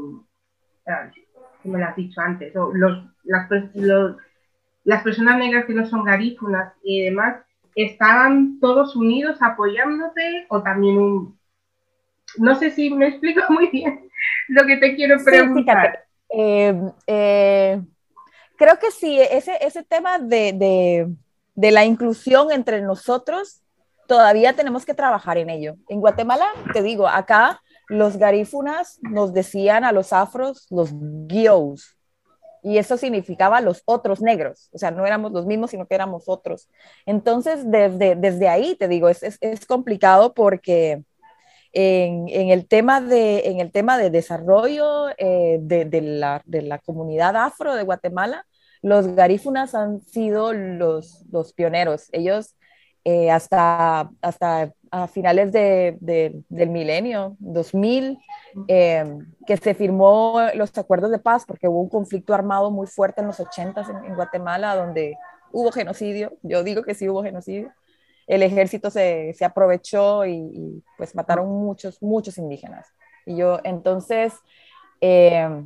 eh, como lo has dicho antes, o los, las, los, las personas negras que no son garífunas y demás, ¿estaban todos unidos apoyándote o también un... No sé si me explico muy bien lo que te quiero preguntar. Sí, fíjate, eh, eh, creo que sí, ese, ese tema de, de, de la inclusión entre nosotros, todavía tenemos que trabajar en ello. En Guatemala, te digo, acá los garífunas nos decían a los afros los guios, y eso significaba los otros negros, o sea, no éramos los mismos, sino que éramos otros. Entonces, desde, desde ahí, te digo, es, es, es complicado porque en, en, el tema de, en el tema de desarrollo eh, de, de, la, de la comunidad afro de Guatemala, los garífunas han sido los, los pioneros. Ellos eh, hasta, hasta a finales de, de, del milenio, dos mil, eh, que se firmó los acuerdos de paz, porque hubo un conflicto armado muy fuerte en los ochentas en, en Guatemala, donde hubo genocidio. Yo digo que sí hubo genocidio. El ejército se, se aprovechó y, y, pues mataron muchos, muchos indígenas. Y yo, entonces, eh,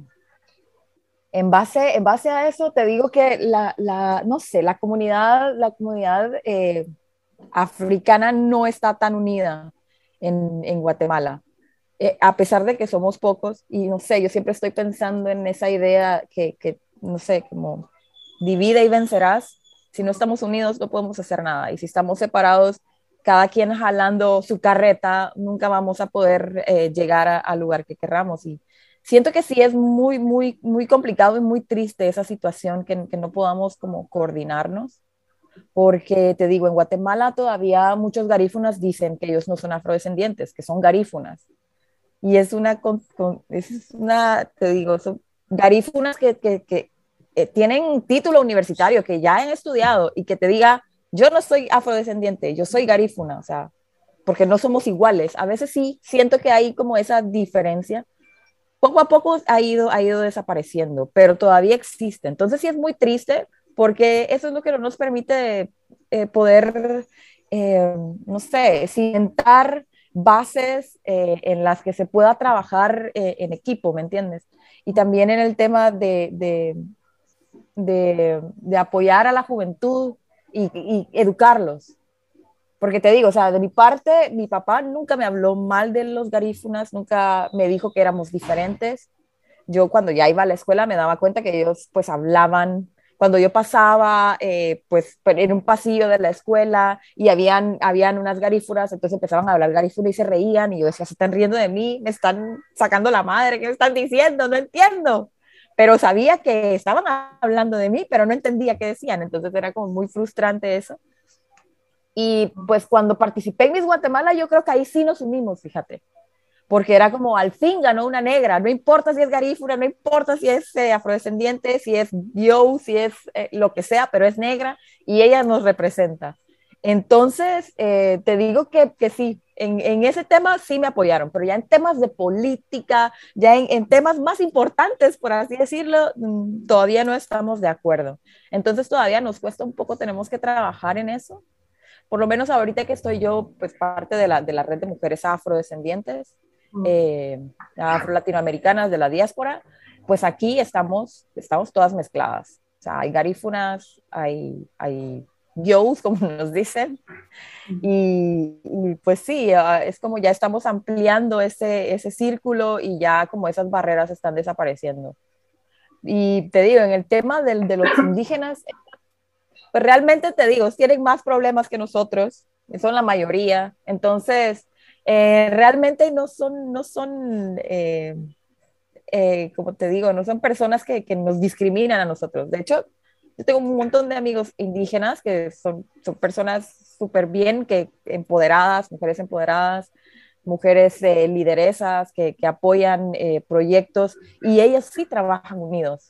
en, base, en base a eso, te digo que la, la no sé, la comunidad, la comunidad eh, africana no está tan unida en, en Guatemala. Eh, a pesar de que somos pocos, y no sé, yo siempre estoy pensando en esa idea que, que no sé, como divide y vencerás. Si no estamos unidos, no podemos hacer nada. Y si estamos separados, cada quien jalando su carreta, nunca vamos a poder eh, llegar al lugar que querramos. Y siento que sí es muy, muy, muy complicado y muy triste esa situación que, que no podamos como coordinarnos. Porque te digo, en Guatemala todavía muchos garífunas dicen que ellos no son afrodescendientes, que son garífunas. Y es una, con, con, es una te digo, son garífunas que, que, que eh, tienen título universitario, que ya han estudiado y que te diga, yo no soy afrodescendiente, yo soy garífuna, o sea, porque no somos iguales. A veces sí siento que hay como esa diferencia. Poco a poco ha ido, ha ido desapareciendo, pero todavía existe. Entonces sí es muy triste porque eso es lo que no nos permite eh, poder, eh, no sé, cimentar bases eh, en las que se pueda trabajar eh, en equipo, ¿me entiendes? Y también en el tema de, de, de, de apoyar a la juventud y, y educarlos. Porque te digo, o sea, de mi parte, mi papá nunca me habló mal de los garífunas, nunca me dijo que éramos diferentes. Yo cuando ya iba a la escuela me daba cuenta que ellos pues hablaban. Cuando yo pasaba, eh, pues en un pasillo de la escuela y habían, habían unas garífunas, entonces empezaban a hablar garífuna y se reían y yo decía, se están riendo de mí, me están sacando la madre, ¿qué me están diciendo? No entiendo. Pero sabía que estaban hablando de mí, pero no entendía qué decían, entonces era como muy frustrante eso. Y pues cuando participé en Miss Guatemala, yo creo que ahí sí nos unimos, fíjate, porque era como al fin ganó una negra, no importa si es garífuna, no importa si es eh, afrodescendiente, si es yo, si es eh, lo que sea, pero es negra y ella nos representa. Entonces, eh, te digo que, que sí, en, en, ese tema sí me apoyaron, pero ya en temas de política, ya en, en temas más importantes, por así decirlo, mmm, todavía no estamos de acuerdo. Entonces todavía nos cuesta un poco, tenemos que trabajar en eso. Por lo menos ahorita que estoy yo, pues parte de la, de la red de mujeres afrodescendientes, eh, afro-latinoamericanas de la diáspora, pues aquí estamos, estamos todas mezcladas. O sea, hay garífunas, hay, hay yos, como nos dicen, y, y pues sí, es como ya estamos ampliando ese, ese círculo y ya como esas barreras están desapareciendo. Y te digo, en el tema del, de los indígenas, pues realmente te digo, tienen más problemas que nosotros, son la mayoría, entonces eh, realmente no son, no son eh, eh, como te digo, no son personas que, que, nos discriminan a nosotros. De hecho, yo tengo un montón de amigos indígenas que son, son personas súper bien, que empoderadas, mujeres empoderadas, mujeres eh, lideresas que, que apoyan eh, proyectos y ellas sí trabajan unidos.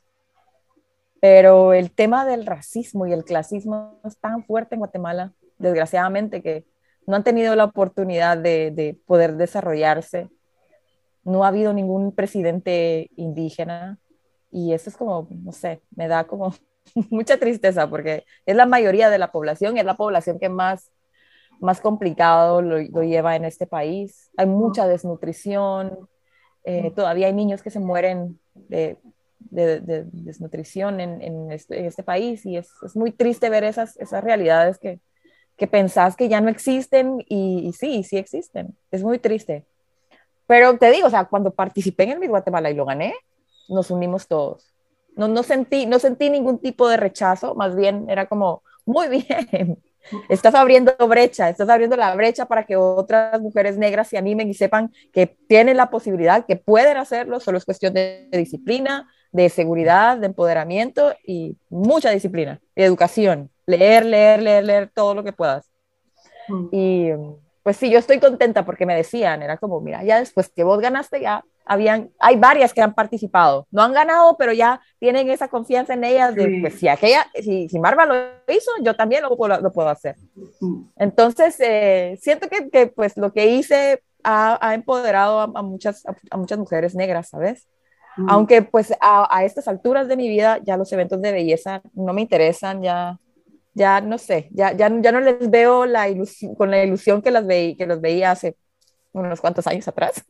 Pero el tema del racismo y el clasismo es tan fuerte en Guatemala, desgraciadamente, que no han tenido la oportunidad de, de poder desarrollarse. No ha habido ningún presidente indígena y eso es como, no sé, me da como mucha tristeza porque es la mayoría de la población, es la población que más, más complicado lo, lo lleva en este país. Hay mucha desnutrición, eh, todavía hay niños que se mueren de, de, de desnutrición en, en, este, en, este, país y es, es, muy triste ver esas, esas realidades que, que pensás que ya no existen y, y sí, sí existen. Es muy triste. Pero te digo, o sea, cuando participé en el Miss Guatemala y lo gané, nos unimos todos. No, no, sentí, no sentí ningún tipo de rechazo, más bien era como, muy bien, estás abriendo brecha, estás abriendo la brecha para que otras mujeres negras se animen y sepan que tienen la posibilidad, que pueden hacerlo, solo es cuestión de, de disciplina, de seguridad, de empoderamiento y mucha disciplina, y educación, leer, leer, leer, leer todo lo que puedas. Mm. Y pues sí, yo estoy contenta porque me decían, era como, mira, ya después que vos ganaste, ya habían, hay varias que han participado, no han ganado, pero ya tienen esa confianza en ellas de, sí. Pues si aquella, si, si Marva lo hizo, yo también lo, lo, lo puedo hacer. Entonces, eh, siento que, que, pues lo que hice ha, ha empoderado a, a, muchas, a, a muchas mujeres negras, ¿sabes? Mm. Aunque pues a, a estas alturas de mi vida ya los eventos de belleza no me interesan, ya ya no sé, ya, ya, ya no les veo la ilusión, con la ilusión que, las veí, que los veía hace unos cuantos años atrás.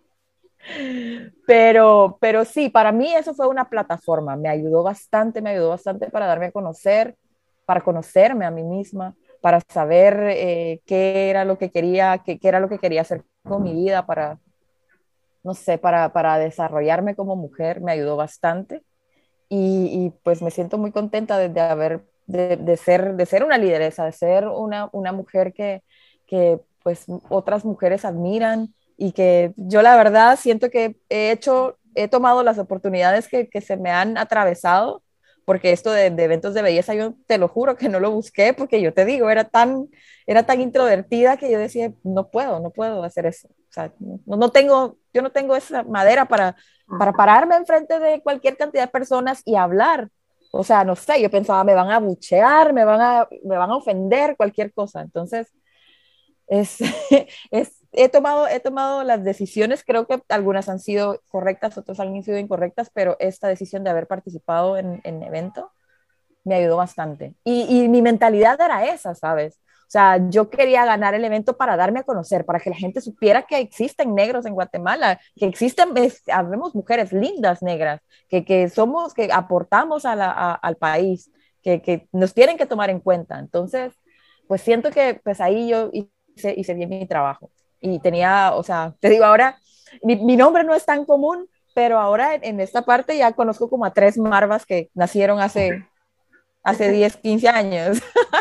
pero, pero sí, para mí eso fue una plataforma, me ayudó bastante, me ayudó bastante para darme a conocer, para conocerme a mí misma, para saber eh, qué era lo que quería, qué, qué era lo que quería hacer con mi vida, para, no sé, para, para desarrollarme como mujer, me ayudó bastante. Y, y pues me siento muy contenta de, de haber De, de, ser, de ser una lideresa, de ser una, una mujer que, que pues otras mujeres admiran y que yo la verdad siento que he hecho, he tomado las oportunidades que, que se me han atravesado, porque esto de, de eventos de belleza yo te lo juro que no lo busqué, porque yo te digo, era tan, era tan introvertida que yo decía, no puedo, no puedo hacer eso, o sea, no, no tengo, yo no tengo esa madera para, para pararme enfrente de cualquier cantidad de personas y hablar. O sea, no sé, yo pensaba, me van a abuchear, me van a, me van a ofender, cualquier cosa. Entonces, es, es, he, tomado, he tomado las decisiones, creo que algunas han sido correctas, otras han sido incorrectas, pero esta decisión de haber participado en, en evento me ayudó bastante. Y, y mi mentalidad era esa, ¿sabes? O sea, yo quería ganar el evento para darme a conocer, para que la gente supiera que existen negros en Guatemala, que existen, es, habemos mujeres lindas negras, que, que somos, que aportamos a la, a, al país, que, que nos tienen que tomar en cuenta. Entonces, pues siento que pues ahí yo hice, hice bien mi trabajo. Y tenía, o sea, te digo ahora, mi, mi nombre no es tan común, pero ahora en, en esta parte ya conozco como a tres Marvas que nacieron hace, hace diez, quince años.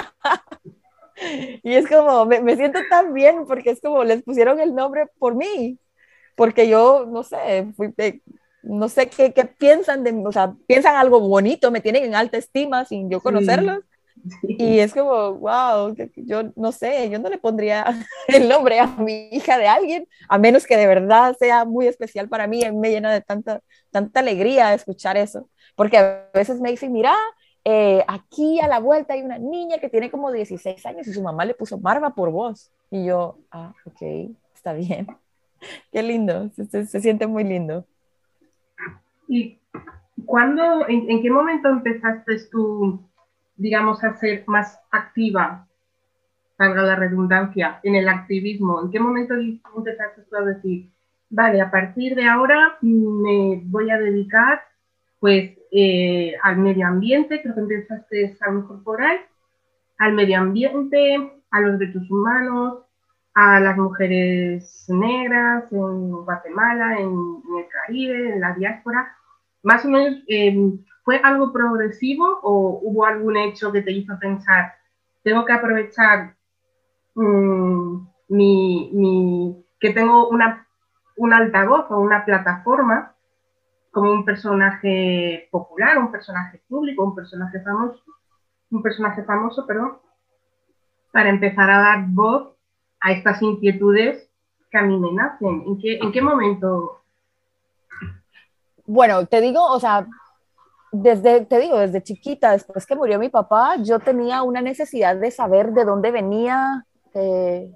Y es como, me, me siento tan bien porque es como les pusieron el nombre por mí, porque yo, no sé, fui, eh, no sé qué, qué piensan de mí, o sea, piensan algo bonito, me tienen en alta estima sin yo conocerlos. Sí. Y es como, wow, yo no sé, yo no le pondría el nombre a mi hija de alguien, a menos que de verdad sea muy especial para mí, me llena de tanta, tanta alegría escuchar eso, porque a veces me dicen, mira, Eh, aquí a la vuelta hay una niña que tiene como dieciséis años y su mamá le puso Marva por vos. Y yo, ah, ok, está bien. Qué lindo, se, se, se siente muy lindo. ¿Y cuándo, en, en qué momento empezaste tú, digamos, a ser más activa, salga la redundancia, en el activismo? ¿En qué momento empezaste tú a decir, vale, a partir de ahora me voy a dedicar pues eh, al medio ambiente, creo que empezaste salud corporal, al medio ambiente, a los derechos humanos, a las mujeres negras en Guatemala, en, en el Caribe, en la diáspora? Más o menos, eh, ¿fue algo progresivo o hubo algún hecho que te hizo pensar, tengo que aprovechar mmm, mi, mi, que tengo una, un altavoz o una plataforma como un personaje popular, un personaje público, un personaje famoso, un personaje famoso, perdón, para empezar a dar voz a estas inquietudes que a mí me nacen? ¿En qué, en qué momento? Bueno, te digo, o sea, desde, te digo, desde chiquita, después que murió mi papá, yo tenía una necesidad de saber de dónde venía, eh,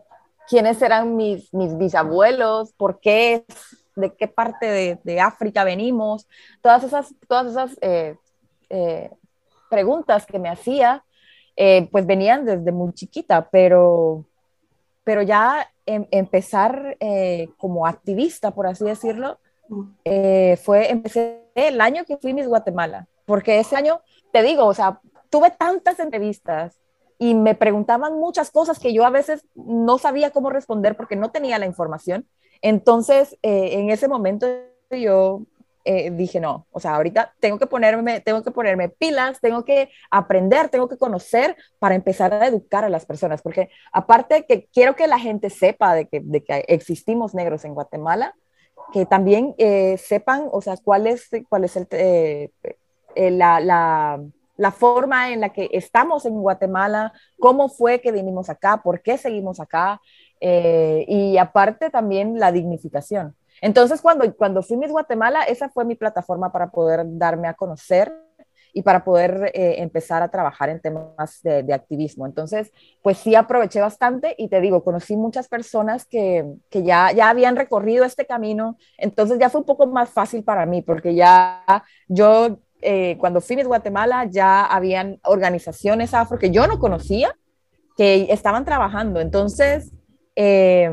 quiénes eran mis, mis bisabuelos, por qué, de qué parte de, de África venimos, todas esas, todas esas eh, eh, preguntas que me hacía, eh, pues venían desde muy chiquita, pero, pero ya em, empezar eh, como activista, por así decirlo, eh, fue, empecé el año que fui Miss Guatemala, porque ese año, te digo, o sea, tuve tantas entrevistas y me preguntaban muchas cosas que yo a veces no sabía cómo responder porque no tenía la información. Entonces, eh, en ese momento yo eh, dije, no, o sea, ahorita tengo que ponerme, tengo que ponerme pilas, tengo que aprender, tengo que conocer para empezar a educar a las personas, porque aparte que quiero que la gente sepa de que, de que existimos negros en Guatemala, que también eh, sepan, o sea, cuál es, cuál es el, eh, eh, la, la, la, forma en la que estamos en Guatemala, cómo fue que vinimos acá, por qué seguimos acá, eh, y aparte también la dignificación. Entonces, cuando, cuando fui Miss Guatemala, esa fue mi plataforma para poder darme a conocer y para poder eh, empezar a trabajar en temas de, de, activismo. Entonces, pues sí aproveché bastante y te digo, conocí muchas personas que, que ya, ya habían recorrido este camino, entonces ya fue un poco más fácil para mí, porque ya yo, eh, cuando fui a Guatemala, ya habían organizaciones afro que yo no conocía, que estaban trabajando. Entonces, eh,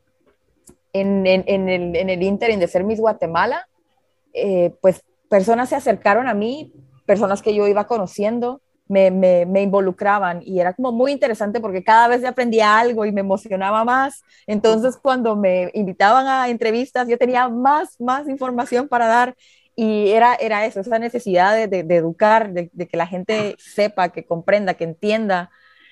en, en, en, el, en el ínterin de ser Miss Guatemala, eh, pues personas se acercaron a mí, personas que yo iba conociendo, me, me, me, involucraban y era como muy interesante porque cada vez aprendía algo y me emocionaba más. Entonces, cuando me invitaban a entrevistas, yo tenía más, más información para dar y era, era eso, esa necesidad de, de, de educar, de, de que la gente sepa, que comprenda, que entienda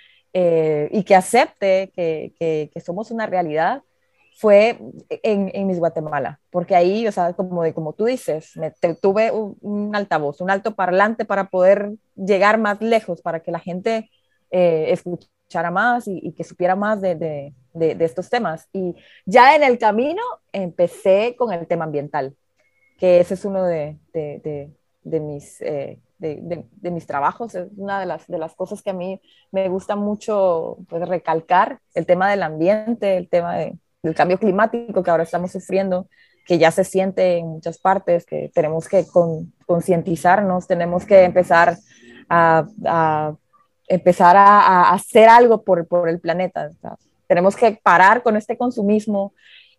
eh, y que acepte que, que, que somos una realidad fue en, en Miss Guatemala, porque ahí, o sea, como, de, como tú dices, me, te, tuve un, un altavoz, un altoparlante para poder llegar más lejos, para que la gente eh, escuchara más y, y que supiera más de, de, de, de estos temas. Y ya en el camino empecé con el tema ambiental, que ese es uno de, de, de, de mis... Eh, de, de, de, mis trabajos, es una de las, de las cosas que a mí me gusta mucho pues, recalcar, el tema del ambiente, el tema de, del cambio climático que ahora estamos sufriendo, que ya se siente en muchas partes, que tenemos que con, concientizarnos, tenemos que empezar a, a empezar a, a, hacer algo por, por el planeta. O sea, tenemos que parar con este consumismo.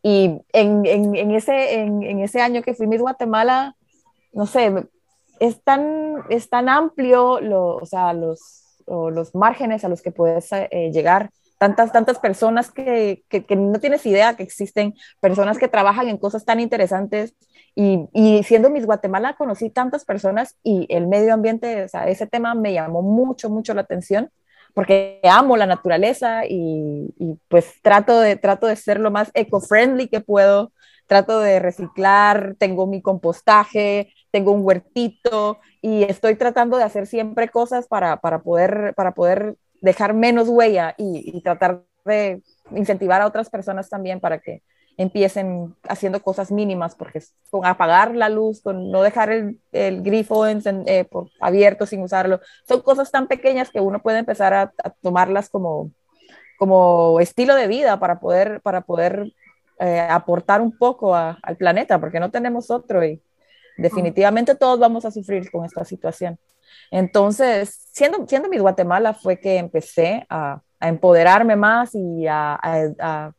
Y en, en, en, ese, en, en ese año que fui Miss Guatemala, no sé, es tan, es tan amplio lo, o sea, los, o los márgenes a los que puedes eh, llegar. Tantas, tantas personas que, que, que, no tienes idea que existen, personas que trabajan en cosas tan interesantes. Y, y siendo Miss Guatemala conocí tantas personas y el medio ambiente, o sea, ese tema me llamó mucho, mucho la atención porque amo la naturaleza y, y pues trato de, trato de ser lo más eco-friendly que puedo, trato de reciclar, tengo mi compostaje, tengo un huertito y estoy tratando de hacer siempre cosas para, para, poder, para poder dejar menos huella y, y tratar de incentivar a otras personas también para que empiecen haciendo cosas mínimas, porque con apagar la luz, con no dejar el, el grifo en, eh, por, abierto sin usarlo, son cosas tan pequeñas que uno puede empezar a, a tomarlas como, como estilo de vida para poder, para poder eh, aportar un poco a, al planeta, porque no tenemos otro y definitivamente todos vamos a sufrir con esta situación. Entonces, siendo, siendo mi Guatemala fue que empecé a, a empoderarme más y a, a, a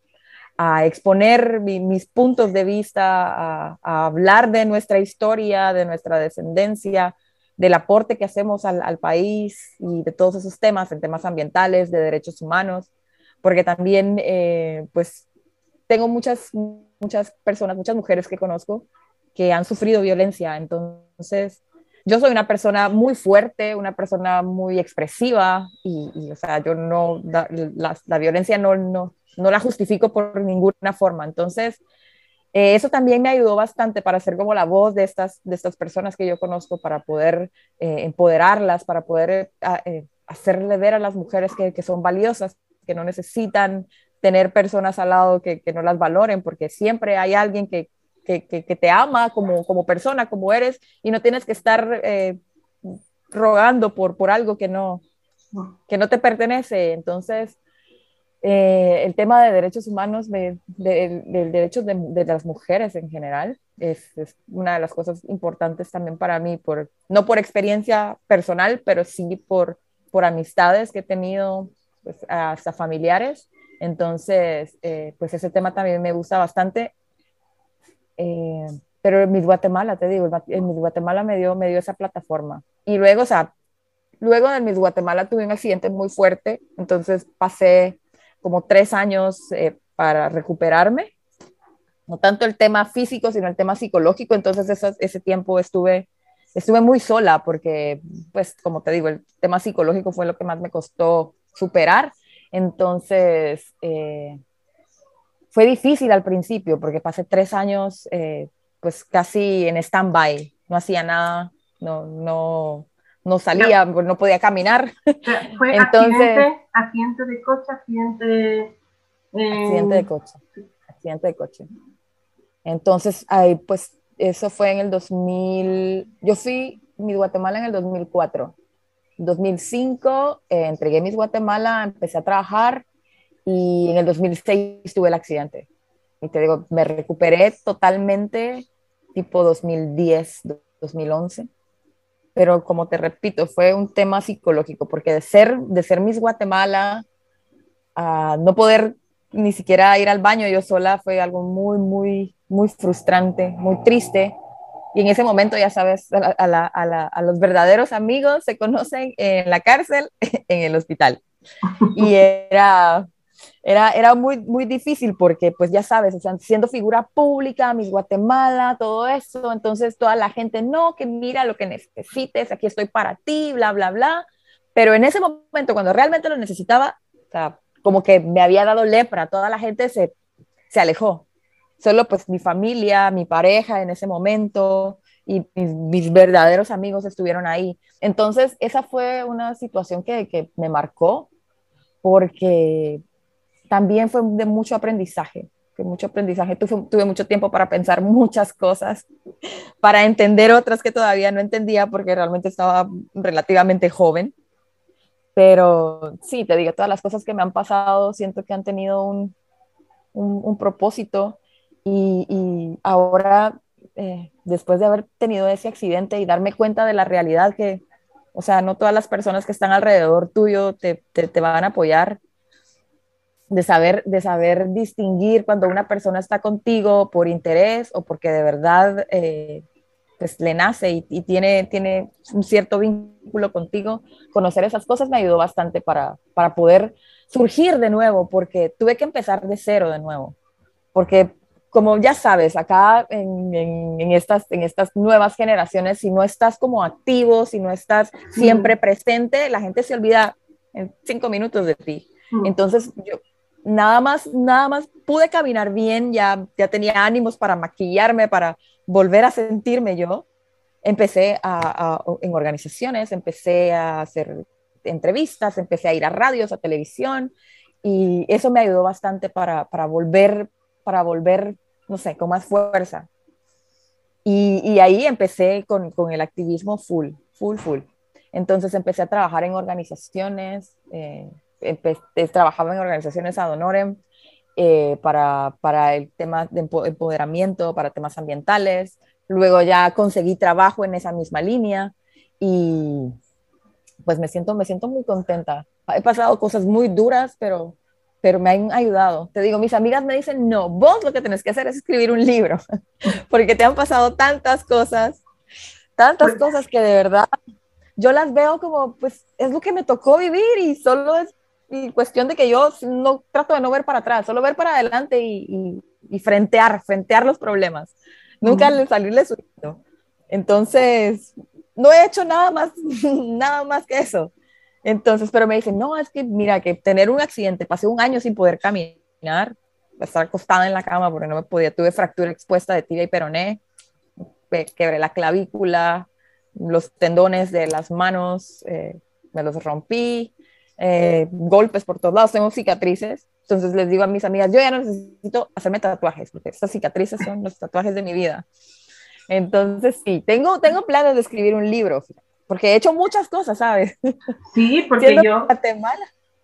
a exponer mi, mis puntos de vista, a, a, hablar de nuestra historia, de nuestra descendencia, del aporte que hacemos al, al país y de todos esos temas, en temas ambientales, de derechos humanos, porque también, eh, pues, tengo muchas, muchas personas, muchas mujeres que conozco que han sufrido violencia, entonces yo soy una persona muy fuerte, una persona muy expresiva y, y o sea, yo no, la, la, la violencia no, no, no la justifico por ninguna forma. Entonces, eh, eso también me ayudó bastante para ser como la voz de estas, de estas personas que yo conozco, para poder eh, empoderarlas, para poder eh, hacerle ver a las mujeres que, que son valiosas, que no necesitan tener personas al lado que, que no las valoren, porque siempre hay alguien que, que, que, que te ama como, como persona, como eres, y no tienes que estar eh, rogando por, por algo que no, que no te pertenece. Entonces, Eh, el tema de derechos humanos, de, de, de derechos de, de, las mujeres en general, es, es, una de las cosas importantes también para mí, por, no por experiencia personal, pero sí por, por amistades que he tenido, pues, hasta familiares. Entonces, eh, pues ese tema también me gusta bastante. Eh, pero en Miss Guatemala, te digo, en Miss Guatemala me dio, me dio esa plataforma. Y luego, o sea, luego de Miss Guatemala tuve un accidente muy fuerte, entonces pasé como tres años eh, para recuperarme, no tanto el tema físico, sino el tema psicológico, entonces ese, ese tiempo estuve, estuve muy sola porque, pues, como te digo, el tema psicológico fue lo que más me costó superar, entonces eh, fue difícil al principio porque pasé tres años eh, pues casi en stand-by, no hacía nada, no, no, no salía, no, no podía caminar. Fue entonces, accidente, accidente de coche, accidente... Eh... Accidente de coche, accidente de coche. Entonces, ahí pues eso fue en el dos mil, yo fui Miss Guatemala en el dos mil cuatro. En dos mil cinco eh, entregué Miss Guatemala, empecé a trabajar y en el dos mil seis tuve el accidente. Y te digo, me recuperé totalmente tipo dos mil diez, dos mil once. Pero como te repito, fue un tema psicológico, porque de ser, de ser Miss Guatemala a no poder ni siquiera ir al baño yo sola fue algo muy, muy, muy frustrante, muy triste. Y en ese momento, ya sabes, a, la, a, la, a, la, a los verdaderos amigos se conocen en la cárcel, en el hospital. Y era, era, era muy, muy difícil porque, pues ya sabes, o sea, siendo figura pública, Miss Guatemala, todo eso, entonces toda la gente, no, que mira lo que necesites, aquí estoy para ti, bla, bla, bla. Pero en ese momento, cuando realmente lo necesitaba, o sea, como que me había dado lepra, toda la gente se, se alejó. Solo pues mi familia, mi pareja en ese momento y mis, mis verdaderos amigos estuvieron ahí. Entonces, esa fue una situación que, que me marcó porque también fue de mucho aprendizaje, de mucho aprendizaje. Tuve, tuve mucho tiempo para pensar muchas cosas, para entender otras que todavía no entendía porque realmente estaba relativamente joven. Pero sí, te digo, todas las cosas que me han pasado siento que han tenido un, un, un propósito y, y ahora, eh, después de haber tenido ese accidente y darme cuenta de la realidad que, o sea, no todas las personas que están alrededor tuyo te, te, te van a apoyar, de saber, de saber distinguir cuando una persona está contigo por interés o porque de verdad eh, pues le nace y, y tiene, tiene un cierto vínculo contigo, conocer esas cosas me ayudó bastante para, para poder surgir de nuevo, porque tuve que empezar de cero de nuevo, porque como ya sabes, acá en, en, en, estas, en estas nuevas generaciones, si no estás como activo, si no estás siempre presente, la gente se olvida en cinco minutos de ti. Entonces yo nada más, nada más pude caminar bien, ya, ya tenía ánimos para maquillarme, para volver a sentirme yo. Empecé a, a, en organizaciones, empecé a hacer entrevistas, empecé a ir a radios, a televisión, y eso me ayudó bastante para, para volver, para volver, no sé, con más fuerza. Y, y ahí empecé con, con el activismo full, full, full. Entonces empecé a trabajar en organizaciones, eh, empecé, trabajaba en organizaciones ad honorem eh, para, para el tema de empoderamiento, para temas ambientales. Luego ya conseguí trabajo en esa misma línea y pues me siento, me siento muy contenta. He pasado cosas muy duras, pero, pero me han ayudado. Te digo, mis amigas me dicen, no, vos lo que tenés que hacer es escribir un libro, porque te han pasado tantas cosas, tantas cosas que de verdad yo las veo como, pues es lo que me tocó vivir y solo es y cuestión de que yo no trato de no ver para atrás, solo ver para adelante y, y, y frentear, frentear los problemas. Nunca uh-huh. salirle suelto. Entonces, no he hecho nada más, nada más que eso. Entonces, pero me dicen, no, es que mira, que tener un accidente, pasé un año sin poder caminar, estar acostada en la cama porque no me podía, tuve fractura expuesta de tibia y peroné, quebré la clavícula, los tendones de las manos, eh, me los rompí, eh, golpes por todos lados, tengo cicatrices. Entonces les digo a mis amigas, yo ya no necesito hacerme tatuajes, porque estas cicatrices son los tatuajes de mi vida. Entonces sí, tengo, tengo planes de escribir un libro, porque he hecho muchas cosas, ¿sabes? Sí, porque Siendo yo... Guatemala.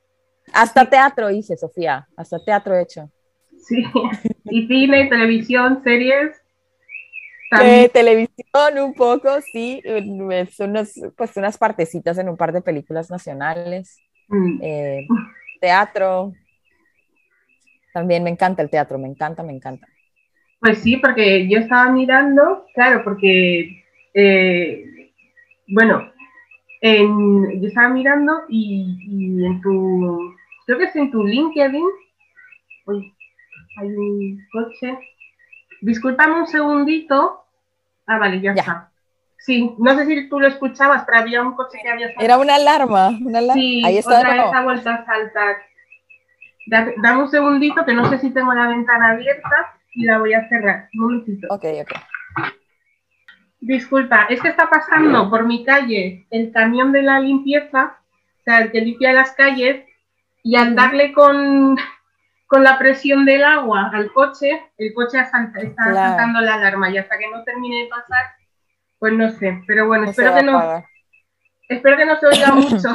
Hasta sí. Teatro hice, Sofía, hasta teatro he hecho. Sí, y cine, televisión, series. Eh, televisión un poco, sí, son unas, pues unas partecitas en un par de películas nacionales. Mm. Eh, teatro, también me encanta el teatro, me encanta, me encanta. Pues sí, porque yo estaba mirando, claro, porque, eh, bueno, en, yo estaba mirando y, y en tu, creo que es en tu LinkedIn, uy, hay un coche, discúlpame un segundito, ah, vale, ya, ya está. Sí, no sé si tú lo escuchabas, pero había un coche que había saltado. Era una alarma, una alarma. Sí, ahí está. Otra vez ha vuelto a saltar. Da, dame un segundito, que no sé si tengo la ventana abierta y la voy a cerrar. Un momentito. Ok, ok. Disculpa, es que está pasando por mi calle el camión de la limpieza, o sea, el que limpia las calles, y al darle con, con la presión del agua al coche, el coche salta, está claro. saltando la alarma, y hasta que no termine de pasar, pues no sé. Pero bueno, no espero que no, espero que no se oiga mucho.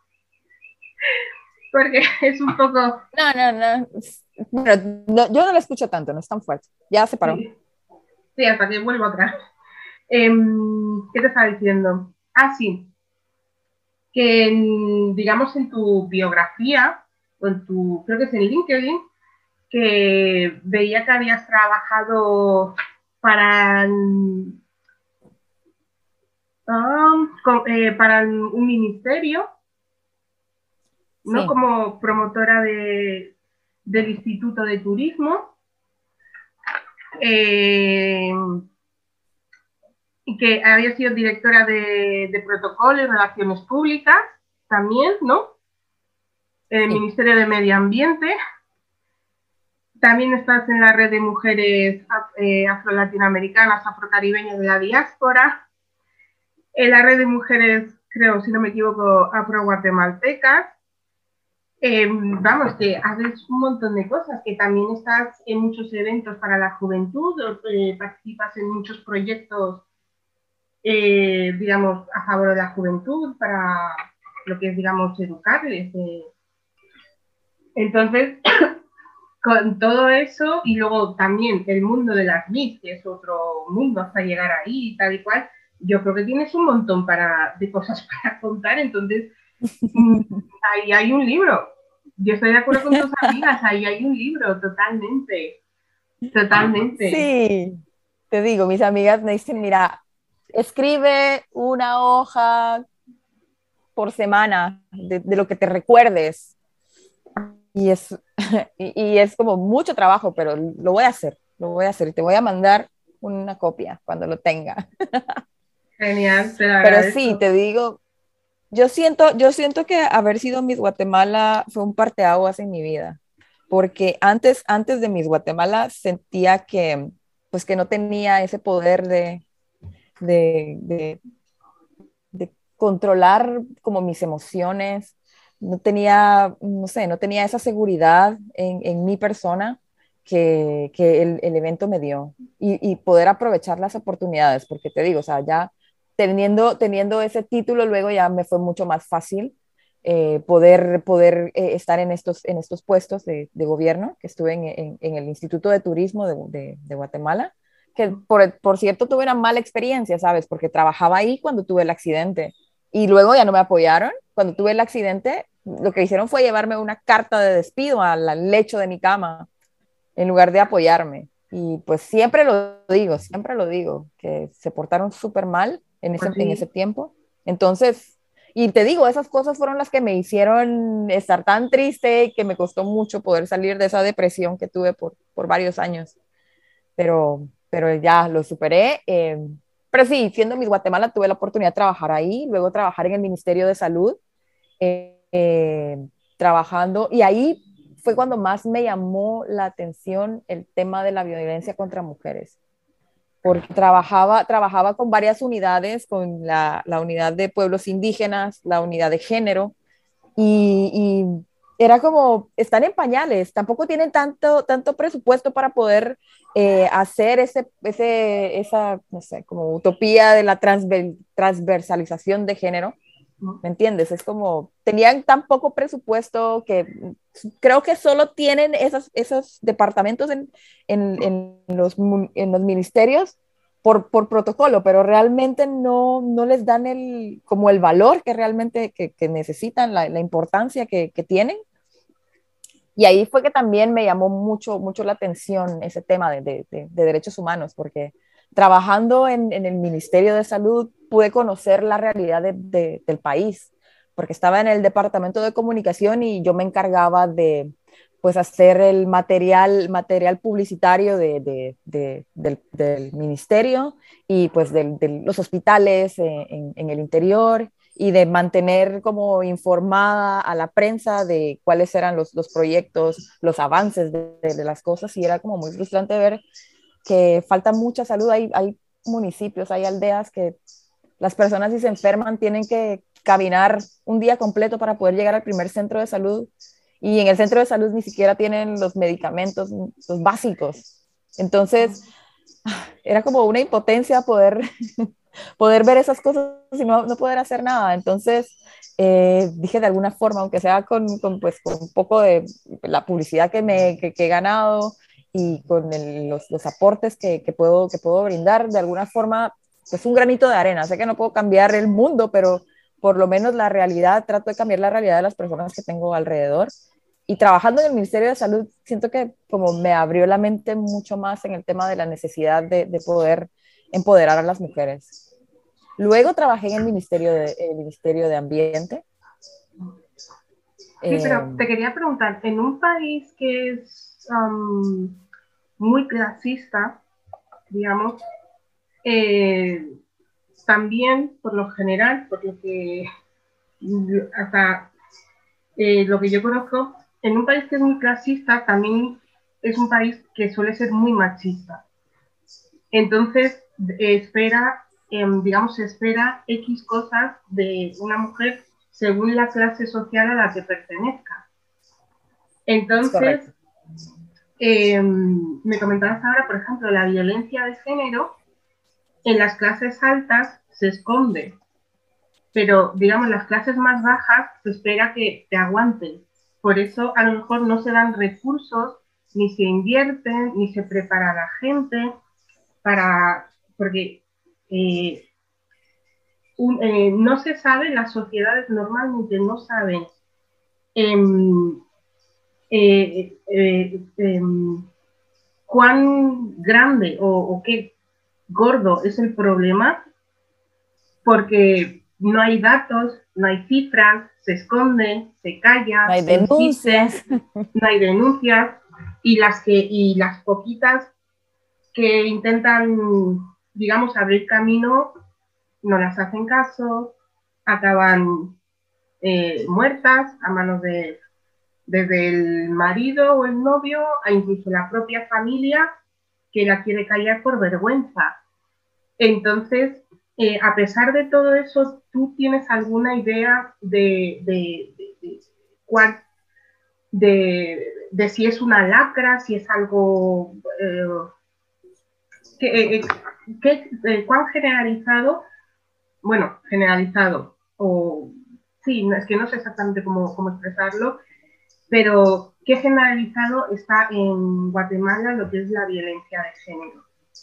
Porque es un poco... No, no, no. Bueno, no, yo no lo escucho tanto, no es tan fuerte. Ya se paró. Sí, sí hasta que vuelva atrás. Eh, ¿Qué te estaba diciendo? Ah, sí. Que, en, digamos, en tu biografía, o en tu, creo que es en LinkedIn, que veía que habías trabajado para... Um, con, eh, para un ministerio, ¿no? Sí. Como promotora de, del Instituto de Turismo. Eh, y que había sido directora de, de protocolo y relaciones públicas también, ¿no? En el sí. Ministerio de Medio Ambiente. También estás en la red de mujeres eh, afro-latinoamericanas, afrocaribeñas de la diáspora. En la red de mujeres, creo, si no me equivoco, afro-guatemaltecas. Eh, vamos, que haces un montón de cosas, que también estás en muchos eventos para la juventud, eh, participas en muchos proyectos, eh, digamos, a favor de la juventud, para lo que es, digamos, educarles. Eh. Entonces, con todo eso, y luego también el mundo de las M I S, que es otro mundo hasta llegar ahí y tal y cual, yo creo que tienes un montón para, de cosas para contar, entonces ahí hay un libro. Yo estoy de acuerdo con tus amigas, ahí hay un libro, totalmente, totalmente. Sí, te digo, mis amigas me dicen, mira, escribe una hoja por semana de, de lo que te recuerdes. Y es, y, y es como mucho trabajo, pero lo voy a hacer, lo voy a hacer y te voy a mandar una copia cuando lo tenga. Genial, te lo agradezco. Pero sí, te digo, yo siento, yo siento que haber sido Miss Guatemala fue un parteaguas en mi vida, porque antes, antes de Miss Guatemala sentía que, pues que no tenía ese poder de, de, de, de controlar como mis emociones, no tenía, no sé, no tenía esa seguridad en, en mi persona que, que el, el, evento me dio y, y poder aprovechar las oportunidades, porque te digo, o sea, ya teniendo, teniendo ese título luego ya me fue mucho más fácil eh, poder, poder eh, estar en estos, en estos puestos de, de gobierno, que estuve en, en, en, el Instituto de Turismo de, de, de Guatemala, que por, por cierto tuve una mala experiencia, ¿sabes? Porque trabajaba ahí cuando tuve el accidente y luego ya no me apoyaron. Cuando tuve el accidente, lo que hicieron fue llevarme una carta de despido al lecho de mi cama en lugar de apoyarme. Y pues siempre lo digo, siempre lo digo, que se portaron súper mal en ese, en ese tiempo. Entonces, y te digo, esas cosas fueron las que me hicieron estar tan triste que me costó mucho poder salir de esa depresión que tuve por, por varios años. Pero, pero ya lo superé. Eh, pero sí, siendo Miss Guatemala tuve la oportunidad de trabajar ahí, luego trabajar en el Ministerio de Salud, eh, eh, trabajando, y ahí fue cuando más me llamó la atención el tema de la violencia contra mujeres, porque trabajaba, trabajaba con varias unidades, con la, la unidad de pueblos indígenas, la unidad de género, y, y era como, están en pañales, tampoco tienen tanto, tanto presupuesto para poder eh, hacer ese, ese, esa, no sé, como utopía de la transver, transversalización de género. ¿Me entiendes? Es como, tenían tan poco presupuesto que creo que solo tienen esos, esos departamentos en, en, en, los, en los ministerios por, por protocolo, pero realmente no, no les dan el, como el valor que realmente que, que necesitan, la, la importancia que, que tienen. Y ahí fue que también me llamó mucho, mucho la atención ese tema de, de, de, de derechos humanos, porque trabajando en, en, el Ministerio de Salud pude conocer la realidad de, de, del país, porque estaba en el departamento de comunicación y yo me encargaba de pues hacer el material, material publicitario de, de, de, del, del ministerio y pues de, de los hospitales en, en, en el interior, y de mantener como informada a la prensa de cuáles eran los, los proyectos, los avances de, de, las cosas, y era como muy frustrante ver que falta mucha salud. Hay, hay municipios, hay aldeas que las personas, si se enferman, tienen que caminar un día completo para poder llegar al primer centro de salud, y en el centro de salud ni siquiera tienen los medicamentos, los básicos. Entonces, era como una impotencia poder, poder ver esas cosas y no, no poder hacer nada. Entonces, eh, dije de alguna forma, aunque sea con, con, pues, con un poco de la publicidad que, me, que, que he ganado y con el, los, los aportes que, que, puedo, que puedo brindar, de alguna forma, pues un granito de arena. Sé que no puedo cambiar el mundo, pero por lo menos la realidad, trato de cambiar la realidad de las personas que tengo alrededor. Y trabajando en el Ministerio de Salud, siento que como me abrió la mente mucho más en el tema de la necesidad de, de poder empoderar a las mujeres. Luego trabajé en el Ministerio de, el Ministerio de Ambiente. Sí, pero te quería preguntar, en un país que es um, muy clasista, digamos, eh, también, por lo general, por lo que hasta eh, lo que yo conozco, en un país que es muy clasista, también es un país que suele ser muy machista. Entonces, eh, espera, eh, digamos, se espera X cosas de una mujer según la clase social a la que pertenezca. Entonces, eh, me comentabas ahora, por ejemplo, la violencia de género en las clases altas se esconde, pero, digamos, las clases más bajas se espera que te aguanten. Por eso, a lo mejor no se dan recursos, ni se invierten, ni se prepara a la gente para... porque eh, un, eh, no se sabe, las sociedades normalmente no saben eh, eh, eh, eh, cuán grande o, o qué gordo es el problema, porque no hay datos, no hay cifras, se esconde, se calla, no hay se denuncias, insiste, no hay denuncias, y las que y las poquitas que intentan, digamos, abrir camino, no las hacen caso, acaban eh, muertas a manos de desde el marido o el novio a incluso la propia familia que la quiere callar por vergüenza. Entonces, eh, a pesar de todo eso, ¿tú tienes alguna idea de, de, de, de cuál, de, de si es una lacra, si es algo eh, que, eh, que, eh, cuán generalizado, bueno, generalizado, o sí, no, es que no sé exactamente cómo, cómo expresarlo, pero qué generalizado está en Guatemala lo que es la violencia de género?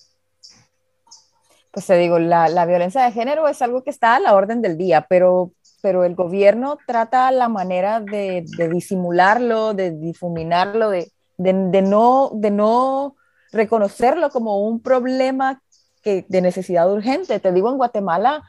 Pues te digo, la, la violencia de género es algo que está a la orden del día, pero, pero el gobierno trata la manera de, de disimularlo, de difuminarlo, de, de, de, no, de no reconocerlo como un problema que, de necesidad urgente. Te digo, en Guatemala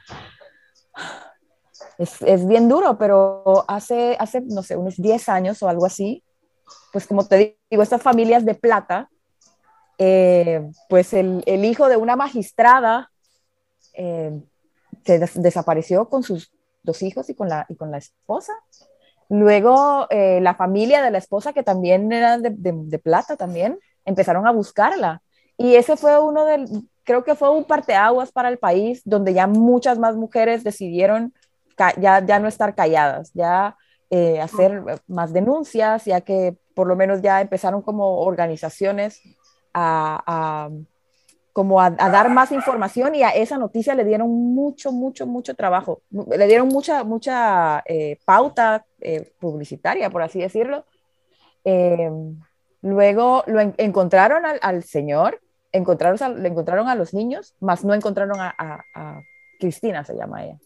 es, es bien duro, pero hace, hace, no sé, unos diez años o algo así, pues como te digo, estas familias de plata, eh, pues el, el hijo de una magistrada eh, se des desapareció con sus dos hijos y con la, y con la esposa. Luego eh, la familia de la esposa, que también era de, de, de plata también, empezaron a buscarla. Y ese fue uno del, creo que fue un parteaguas para el país, donde ya muchas más mujeres decidieron ya, ya no estar calladas, ya eh, hacer más denuncias, ya que por lo menos ya empezaron como organizaciones a, a como a, a dar más información y a esa noticia le dieron mucho, mucho, mucho trabajo. Le dieron mucha, mucha eh, pauta eh, publicitaria, por así decirlo. Eh, luego lo en, encontraron al, al señor, encontraron a, le encontraron a los niños, más no encontraron a, a, a Cristina, se llama ella.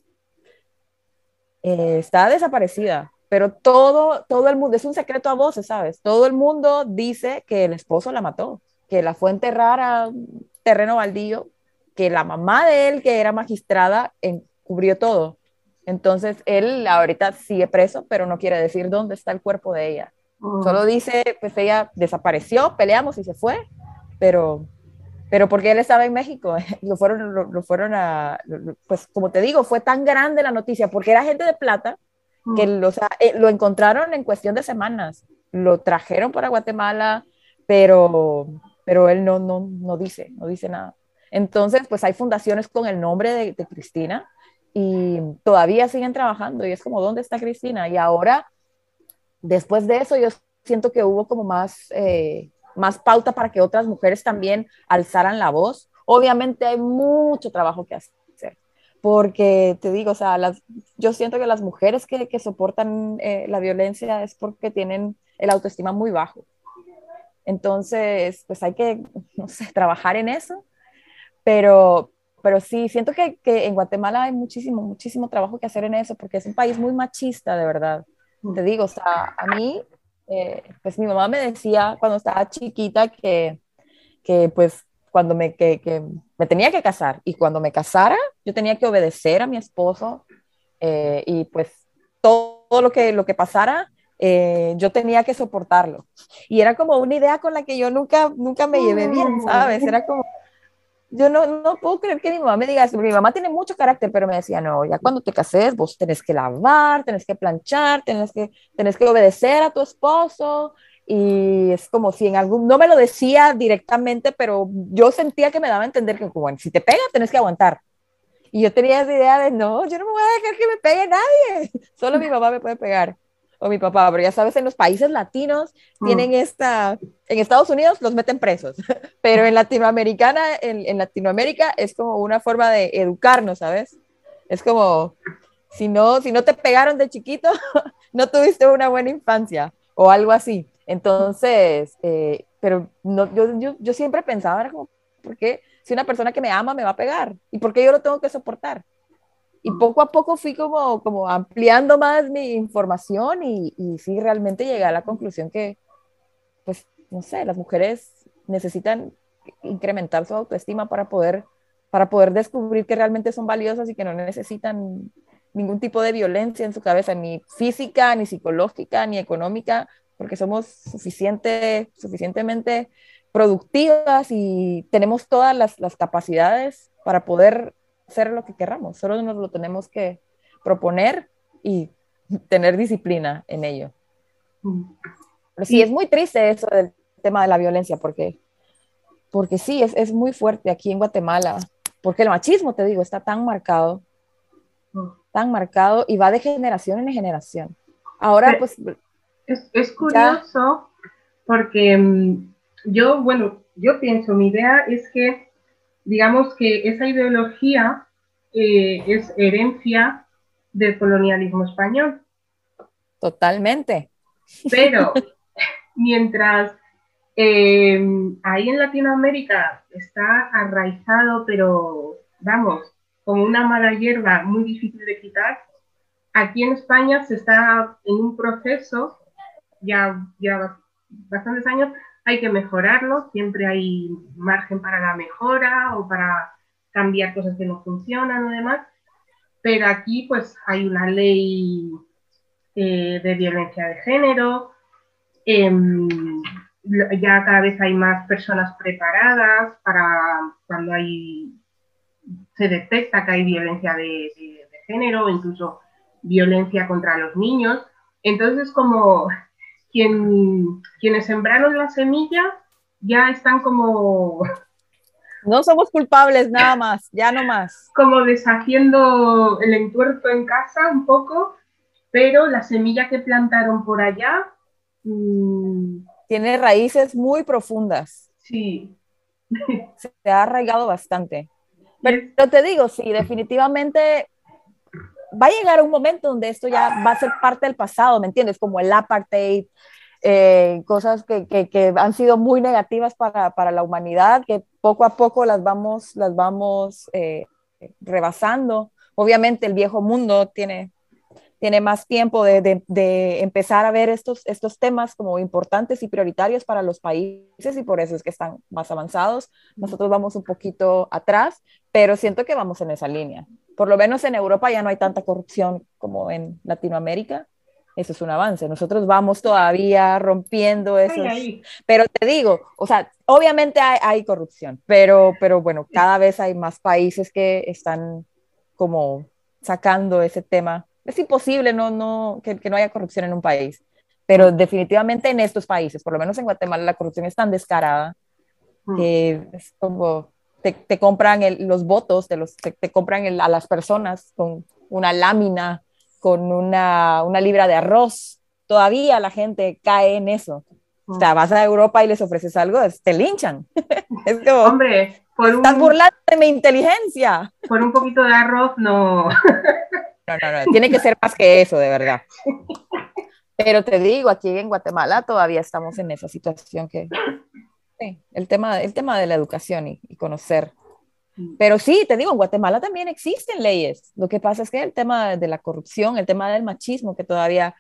Eh, está desaparecida, pero todo, todo el mundo, es un secreto a voces, ¿sabes? Todo el mundo dice que el esposo la mató, que la fue a enterrar a un terreno baldío, que la mamá de él, que era magistrada, encubrió todo. Entonces, él ahorita sigue preso, pero no quiere decir dónde está el cuerpo de ella. Mm. Solo dice, pues ella desapareció, peleamos y se fue, pero, pero porque él estaba en México, lo fueron, lo, lo fueron a, pues como te digo, fue tan grande la noticia, porque era gente de plata, que mm. lo, o sea, eh, lo encontraron en cuestión de semanas, lo trajeron para Guatemala, pero, pero él no, no, no dice, no dice nada. Entonces, pues hay fundaciones con el nombre de, de Cristina, y todavía siguen trabajando y es como, ¿dónde está Cristina? Y ahora, después de eso, yo siento que hubo como más, eh, más pauta para que otras mujeres también alzaran la voz. Obviamente hay mucho trabajo que hacer, porque te digo, o sea, las, yo siento que las mujeres que, que soportan eh, la violencia es porque tienen el autoestima muy bajo. Entonces, pues hay que, no sé, trabajar en eso, pero... Pero sí, siento que, que en Guatemala hay muchísimo, muchísimo trabajo que hacer en eso, porque es un país muy machista, de verdad. Te digo, o sea, a mí, eh, pues mi mamá me decía cuando estaba chiquita que, que pues, cuando me, que, que me tenía que casar, y cuando me casara, yo tenía que obedecer a mi esposo, eh, y pues todo, todo lo, que, lo que pasara, eh, yo tenía que soportarlo. Y era como una idea con la que yo nunca, nunca me llevé bien, ¿sabes? Era como... Yo no, no puedo creer que mi mamá me diga eso. Mi mamá tiene mucho carácter, pero me decía, no, ya cuando te cases, vos tenés que lavar, tenés que planchar, tenés que, tenés que obedecer a tu esposo. Y es como si en algún, no me lo decía directamente, pero yo sentía que me daba a entender que, bueno, si te pega, tenés que aguantar. Y yo tenía esa idea de, no, yo no me voy a dejar que me pegue nadie. Solo mi mamá me puede pegar. O mi papá, pero ya sabes, en los países latinos mm. tienen esta, en Estados Unidos los meten presos, pero en Latinoamericana, en, en Latinoamérica es como una forma de educarnos, ¿sabes? Es como, si no, si no te pegaron de chiquito, no tuviste una buena infancia, o algo así. Entonces, eh, pero no, yo, yo, yo siempre pensaba, era como, ¿por qué si una persona que me ama me va a pegar? ¿Y por qué yo lo tengo que soportar? Y poco a poco fui como, como ampliando más mi información y, y sí, realmente llegué a la conclusión que, pues, no sé, las mujeres necesitan incrementar su autoestima para poder, para poder descubrir que realmente son valiosas y que no necesitan ningún tipo de violencia en su cabeza, ni física, ni psicológica, ni económica, porque somos suficiente, suficientemente productivas y tenemos todas las, las capacidades para poder hacer lo que querramos, solo nos lo tenemos que proponer y tener disciplina en ello. Pero sí, es muy triste eso del tema de la violencia, porque, porque sí, es, es muy fuerte aquí en Guatemala, porque el machismo, te digo, está tan marcado, tan marcado y va de generación en generación. Ahora, pues... Es, es curioso ya... porque um, yo, bueno, yo pienso, mi idea es que digamos que esa ideología eh, es herencia del colonialismo español. Totalmente. Pero mientras eh, ahí en Latinoamérica está arraizado, pero vamos, como una mala hierba muy difícil de quitar, aquí en España se está en un proceso, ya, ya bastantes años, hay que mejorarlo, siempre hay margen para la mejora o para cambiar cosas que no funcionan o demás, pero aquí pues hay una ley eh, de violencia de género, eh, ya cada vez hay más personas preparadas para cuando hay, se detecta que hay violencia de, de, de género, incluso violencia contra los niños, entonces como... Quien, quienes sembraron la semilla ya están como... No somos culpables nada más, ya no más. Como deshaciendo el entuerto en casa un poco, pero la semilla que plantaron por allá... Mmm, tiene raíces muy profundas. Sí, Se ha arraigado bastante. Y Pero, es- pero te digo, sí, definitivamente va a llegar un momento donde esto ya va a ser parte del pasado, ¿me entiendes? Como el apartheid, eh, cosas que, que, que, han sido muy negativas para, para, la humanidad, que poco a poco las vamos, las vamos eh, rebasando. Obviamente el viejo mundo tiene, tiene más tiempo de, de, de, empezar a ver estos, estos temas como importantes y prioritarios para los países y por eso es que están más avanzados. Nosotros vamos un poquito atrás, pero siento que vamos en esa línea. Por lo menos en Europa ya no hay tanta corrupción como en Latinoamérica. Eso es un avance. Nosotros vamos todavía rompiendo Ay, esos, ay. pero te digo, o sea, obviamente hay, hay corrupción, pero, pero bueno, cada vez hay más países que están como sacando ese tema. Es imposible no, no, que, que no haya corrupción en un país, pero Mm, definitivamente en estos países, por lo menos en Guatemala, la corrupción es tan descarada mm. que es como te, te compran el, los votos, te, los, te, te compran el, a las personas con una lámina, con una, una libra de arroz. Todavía la gente cae en eso. O Mm. sea, vas a Europa y les ofreces algo, te linchan. Es como, Hombre, por estás un, burlando de mi inteligencia. por un poquito de arroz no. No, no, no, tiene que ser más que eso, de verdad. Pero te digo, aquí en Guatemala todavía estamos en esa situación que, sí, el tema, el tema de la educación y, y conocer. Pero sí, te digo, en Guatemala también existen leyes. Lo que pasa es que el tema de la corrupción, el tema del machismo, que todavía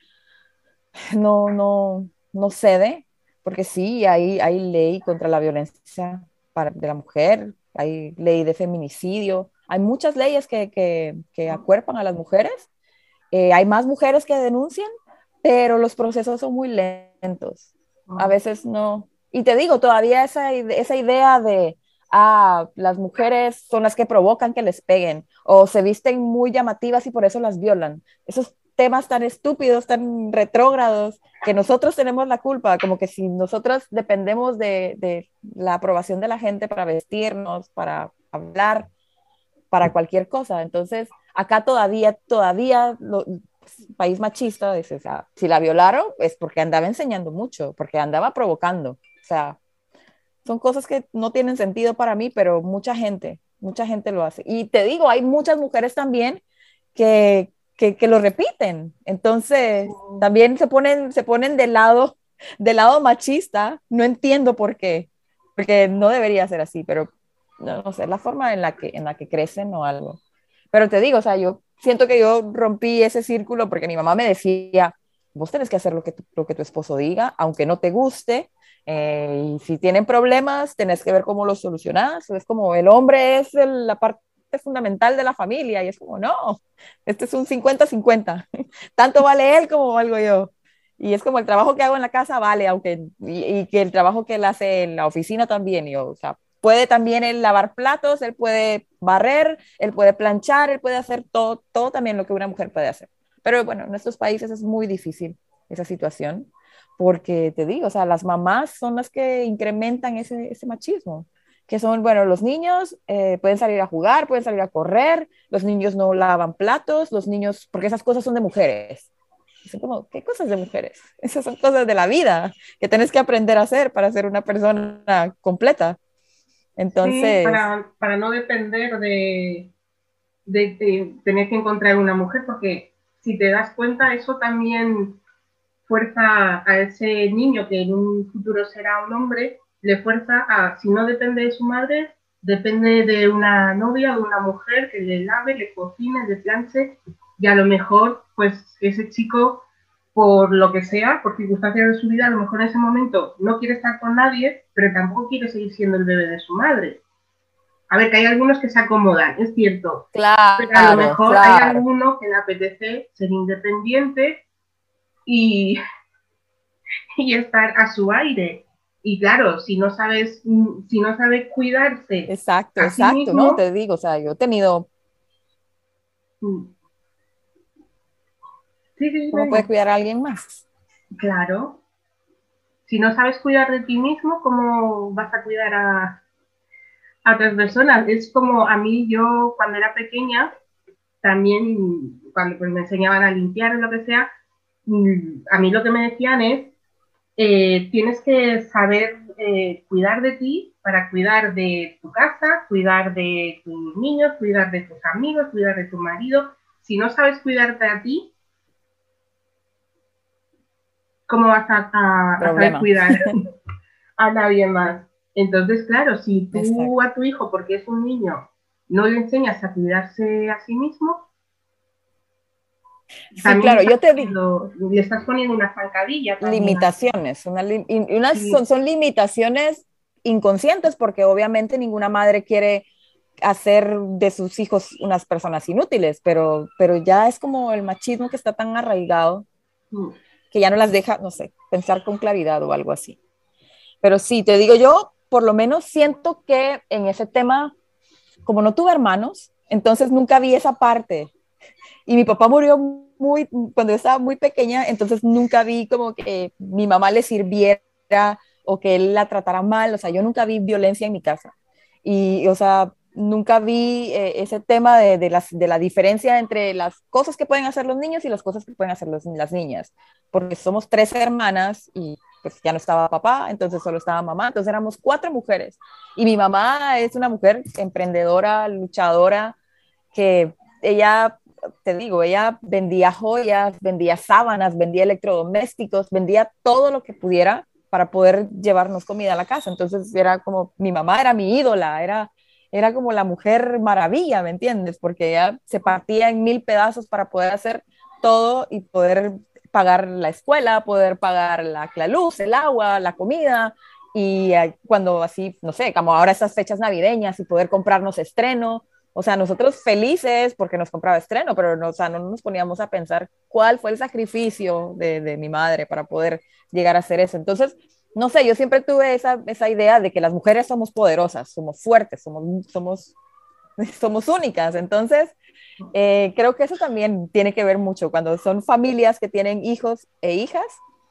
no, no, no cede, porque sí, hay, hay ley contra la violencia para, de la mujer, hay ley de feminicidio, hay muchas leyes que, que, que acuerpan a las mujeres. Eh, hay más mujeres que denuncian, pero los procesos son muy lentos. A veces no. Y te digo, todavía esa, esa idea de, ah, las mujeres son las que provocan que les peguen, o se visten muy llamativas y por eso las violan. Esos temas tan estúpidos, tan retrógrados, que nosotros tenemos la culpa, como que si nosotros dependemos de, de la aprobación de la gente para vestirnos, para hablar, para cualquier cosa. Entonces, acá todavía, todavía, lo, país machista, dice, o sea, si la violaron es porque andaba enseñando mucho, porque andaba provocando. O sea, son cosas que no tienen sentido para mí, pero mucha gente, mucha gente lo hace. Y te digo, hay muchas mujeres también que, que, que lo repiten. Entonces, también se ponen, se ponen del lado, del lado machista. No entiendo por qué, porque no debería ser así, pero no, no sé, la forma en la que, en la que crecen o algo. Pero te digo, o sea, yo siento que yo rompí ese círculo porque mi mamá me decía, vos tenés que hacer lo que tu, lo que tu esposo diga, aunque no te guste, eh, y si tienen problemas, tenés que ver cómo los solucionás. Es como el hombre es el, la parte fundamental de la familia y es como, no, este es un cincuenta cincuenta. Tanto vale él como valgo yo. Y es como el trabajo que hago en la casa vale, aunque, y, y que el trabajo que él hace en la oficina también. Y yo, o sea, puede también él lavar platos, él puede barrer, él puede planchar, él puede hacer todo, todo también lo que una mujer puede hacer. Pero bueno, en estos países es muy difícil esa situación, porque te digo, o sea, las mamás son las que incrementan ese, ese machismo, que son, bueno, los niños eh, pueden salir a jugar, pueden salir a correr, los niños no lavan platos, los niños, porque esas cosas son de mujeres. Son como, ¿qué cosas de mujeres? Esas son cosas de la vida que tienes que aprender a hacer para ser una persona completa. Sí, Entonces, para, para no depender de, de, de tener que encontrar una mujer, porque si te das cuenta, eso también fuerza a ese niño que en un futuro será un hombre, le fuerza a, si no depende de su madre, depende de una novia o de una mujer que le lave, le cocine, le planche, y a lo mejor, pues ese chico, por lo que sea, por circunstancias de su vida, a lo mejor en ese momento no quiere estar con nadie, pero tampoco quiere seguir siendo el bebé de su madre. A ver, que hay algunos que se acomodan, es cierto, pero a lo claro, mejor hay claro. alguno que le apetece ser independiente y, y estar a su aire. Y claro, si no sabes, si no sabe cuidarse Exacto, a sí exacto, ¿no? mismo, Te digo, o sea, yo he tenido, sí, sí, ¿cómo puede sí, cuidar a alguien más? claro, si no sabes cuidar de ti mismo, ¿cómo vas a cuidar a, a otras personas? Es como a mí, yo cuando era pequeña, también cuando pues, me enseñaban a limpiar o lo que sea, a mí lo que me decían es, eh, tienes que saber eh, cuidar de ti para cuidar de tu casa, cuidar de tus niños, cuidar de tus amigos, cuidar de tu marido. Si no sabes cuidarte a ti, ¿cómo vas a, a, a saber cuidar a nadie más? Entonces, claro, si tú Exacto. a tu hijo, porque es un niño, no le enseñas a cuidarse a sí mismo, sí, claro, yo te digo, le estás poniendo una zancadilla. Limitaciones, una li y unas sí. son, son limitaciones inconscientes, porque obviamente ninguna madre quiere hacer de sus hijos unas personas inútiles, pero, pero ya es como el machismo que está tan arraigado mm. que ya no las deja, no sé, pensar con claridad o algo así. Pero sí, te digo yo, por lo menos siento que en ese tema, como no tuve hermanos, entonces nunca vi esa parte. Y mi papá murió muy, cuando yo estaba muy pequeña, entonces nunca vi como que mi mamá le sirviera o que él la tratara mal. O sea, yo nunca vi violencia en mi casa. Y, o sea, nunca vi eh, ese tema de, de, las, de la diferencia entre las cosas que pueden hacer los niños y las cosas que pueden hacer los, las niñas. Porque somos tres hermanas y pues ya no estaba papá, entonces solo estaba mamá. Entonces éramos cuatro mujeres. Y mi mamá es una mujer emprendedora, luchadora, que ella, te digo, ella vendía joyas, vendía sábanas, vendía electrodomésticos, vendía todo lo que pudiera para poder llevarnos comida a la casa. Entonces era como, mi mamá era mi ídola, era, era como la mujer maravilla, ¿me entiendes? Porque ella se partía en mil pedazos para poder hacer todo y poder pagar la escuela, poder pagar la, la luz, el agua, la comida. Y cuando así, no sé, como ahora estas fechas navideñas y poder comprarnos estreno. O sea, nosotros felices porque nos compraba estreno, pero no, o sea, no nos poníamos a pensar cuál fue el sacrificio de, de mi madre para poder llegar a hacer eso. Entonces, no sé, yo siempre tuve esa, esa idea de que las mujeres somos poderosas, somos fuertes, somos, somos, somos únicas. Entonces, eh, creo que eso también tiene que ver mucho. Cuando son familias que tienen hijos e hijas,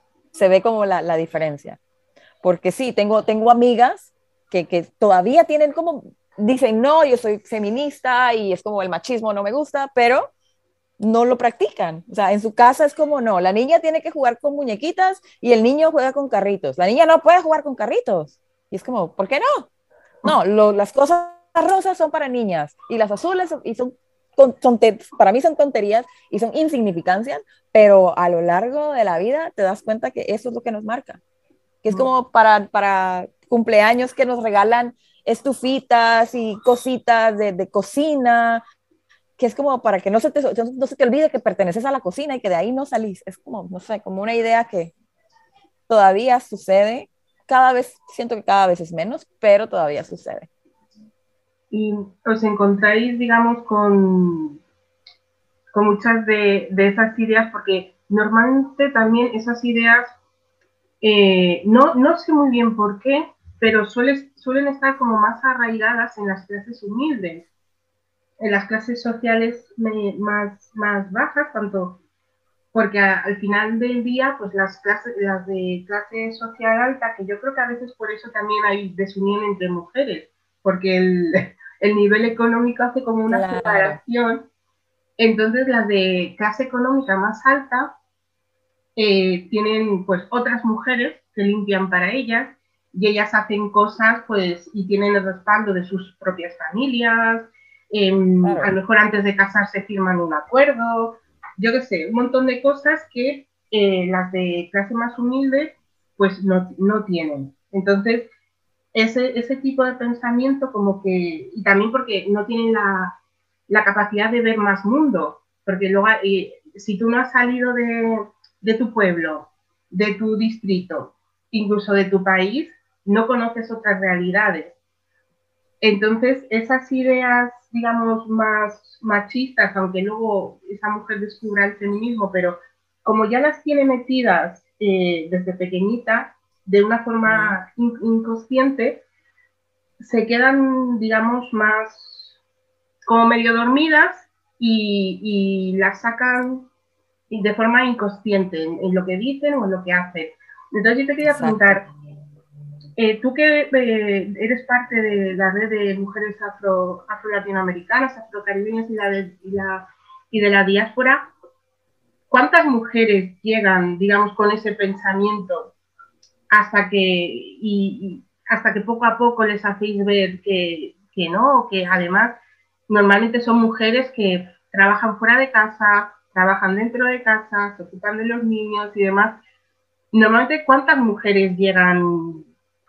se ve como la, la diferencia. Porque sí, tengo, tengo amigas que, que todavía tienen como... dicen, no, yo soy feminista y es como el machismo no me gusta, pero no lo practican. O sea, en su casa es como, no, la niña tiene que jugar con muñequitas y el niño juega con carritos. La niña no puede jugar con carritos. Y es como, ¿por qué no? No, lo, las cosas rosas son para niñas y las azules y son, son para mí son tonterías y son insignificancias, pero a lo largo de la vida te das cuenta que eso es lo que nos marca. Que es como para, para cumpleaños que nos regalan estufitas y cositas de, de cocina, que es como para que no se, te, no se te olvide que perteneces a la cocina y que de ahí no salís. Es como, no sé, como una idea que todavía sucede. Cada vez, siento que cada vez es menos, pero todavía sucede. Y os encontráis, digamos, con, con muchas de, de esas ideas, porque normalmente también esas ideas, eh, no, no sé muy bien por qué, pero suele, suelen estar como más arraigadas en las clases humildes, en las clases sociales me, más, más bajas, tanto porque a, al final del día, pues las clases, las de clase social alta, que yo creo que a veces por eso también hay desunión entre mujeres, porque el, el nivel económico hace como una claro. separación. Entonces las de clase económica más alta eh, tienen pues otras mujeres que limpian para ellas y ellas hacen cosas pues y tienen el respaldo de sus propias familias, eh, claro. a lo mejor antes de casarse firman un acuerdo, yo qué sé, un montón de cosas que eh, las de clase más humilde pues no, no tienen. Entonces ese, ese tipo de pensamiento como que, y también porque no tienen la, la capacidad de ver más mundo, porque luego eh, si tú no has salido de de tu pueblo, de tu distrito, incluso de tu país, no conoces otras realidades. Entonces, esas ideas, digamos, más machistas, aunque luego esa mujer descubra el feminismo, pero como ya las tiene metidas eh, desde pequeñita, de una forma in inconsciente, se quedan, digamos, más como medio dormidas y, y las sacan de forma inconsciente en, en lo que dicen o en lo que hacen. Entonces yo te quería Exacto. preguntar, eh, tú que eh, eres parte de la red de mujeres afro, afro-latinoamericanas, afrocaribeñas y, la de, y, la, y de la diáspora, ¿cuántas mujeres llegan, digamos, con ese pensamiento hasta que, y, y hasta que poco a poco les hacéis ver que, que no, que además normalmente son mujeres que trabajan fuera de casa, trabajan dentro de casa, se ocupan de los niños y demás. Normalmente, ¿cuántas mujeres llegan,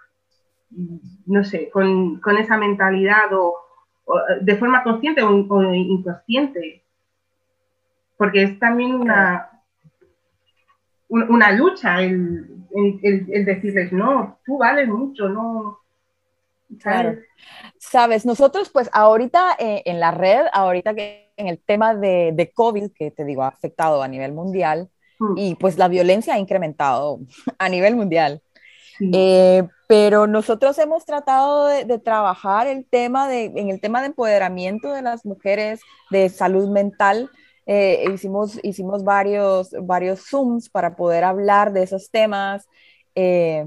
no sé, con, con esa mentalidad o, o de forma consciente o, o inconsciente? Porque es también una, una lucha el, el, el, decirles, no, tú vales mucho, no. Claro. Sabes, nosotros pues ahorita eh, en la red, ahorita que en el tema de, de COVID, que te digo, ha afectado a nivel mundial, mm. y pues la violencia ha incrementado a nivel mundial. Sí. Eh, pero nosotros hemos tratado de, de trabajar el tema de, en el tema de empoderamiento de las mujeres, de salud mental. Eh, hicimos, hicimos varios, varios Zooms para poder hablar de esos temas. Eh,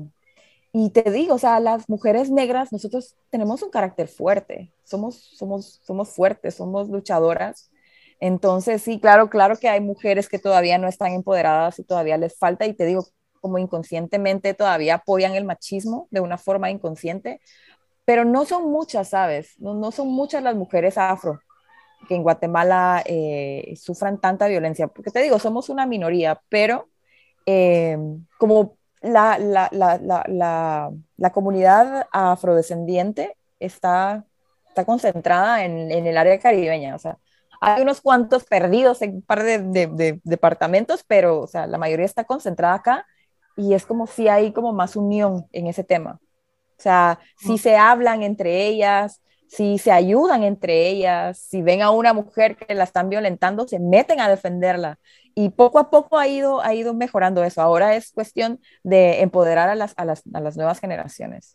y te digo, o sea, las mujeres negras, nosotros tenemos un carácter fuerte, somos, somos, somos fuertes, somos luchadoras. Entonces, sí, claro, claro que hay mujeres que todavía no están empoderadas y todavía les falta, y te digo, como inconscientemente todavía apoyan el machismo de una forma inconsciente, pero no son muchas, ¿sabes? No, no son muchas las mujeres afro que en Guatemala eh, sufran tanta violencia, porque te digo, somos una minoría, pero eh, como la, la, la, la, la comunidad afrodescendiente está, está concentrada en, en el área caribeña, o sea, hay unos cuantos perdidos en un par de, de, de, departamentos, pero o sea, la mayoría está concentrada acá y es como si hay como más unión en ese tema. O sea, si se hablan entre ellas, si se ayudan entre ellas, si ven a una mujer que la están violentando, se meten a defenderla. Y poco a poco ha ido, ha ido mejorando eso. Ahora es cuestión de empoderar a las, a las, a las nuevas generaciones.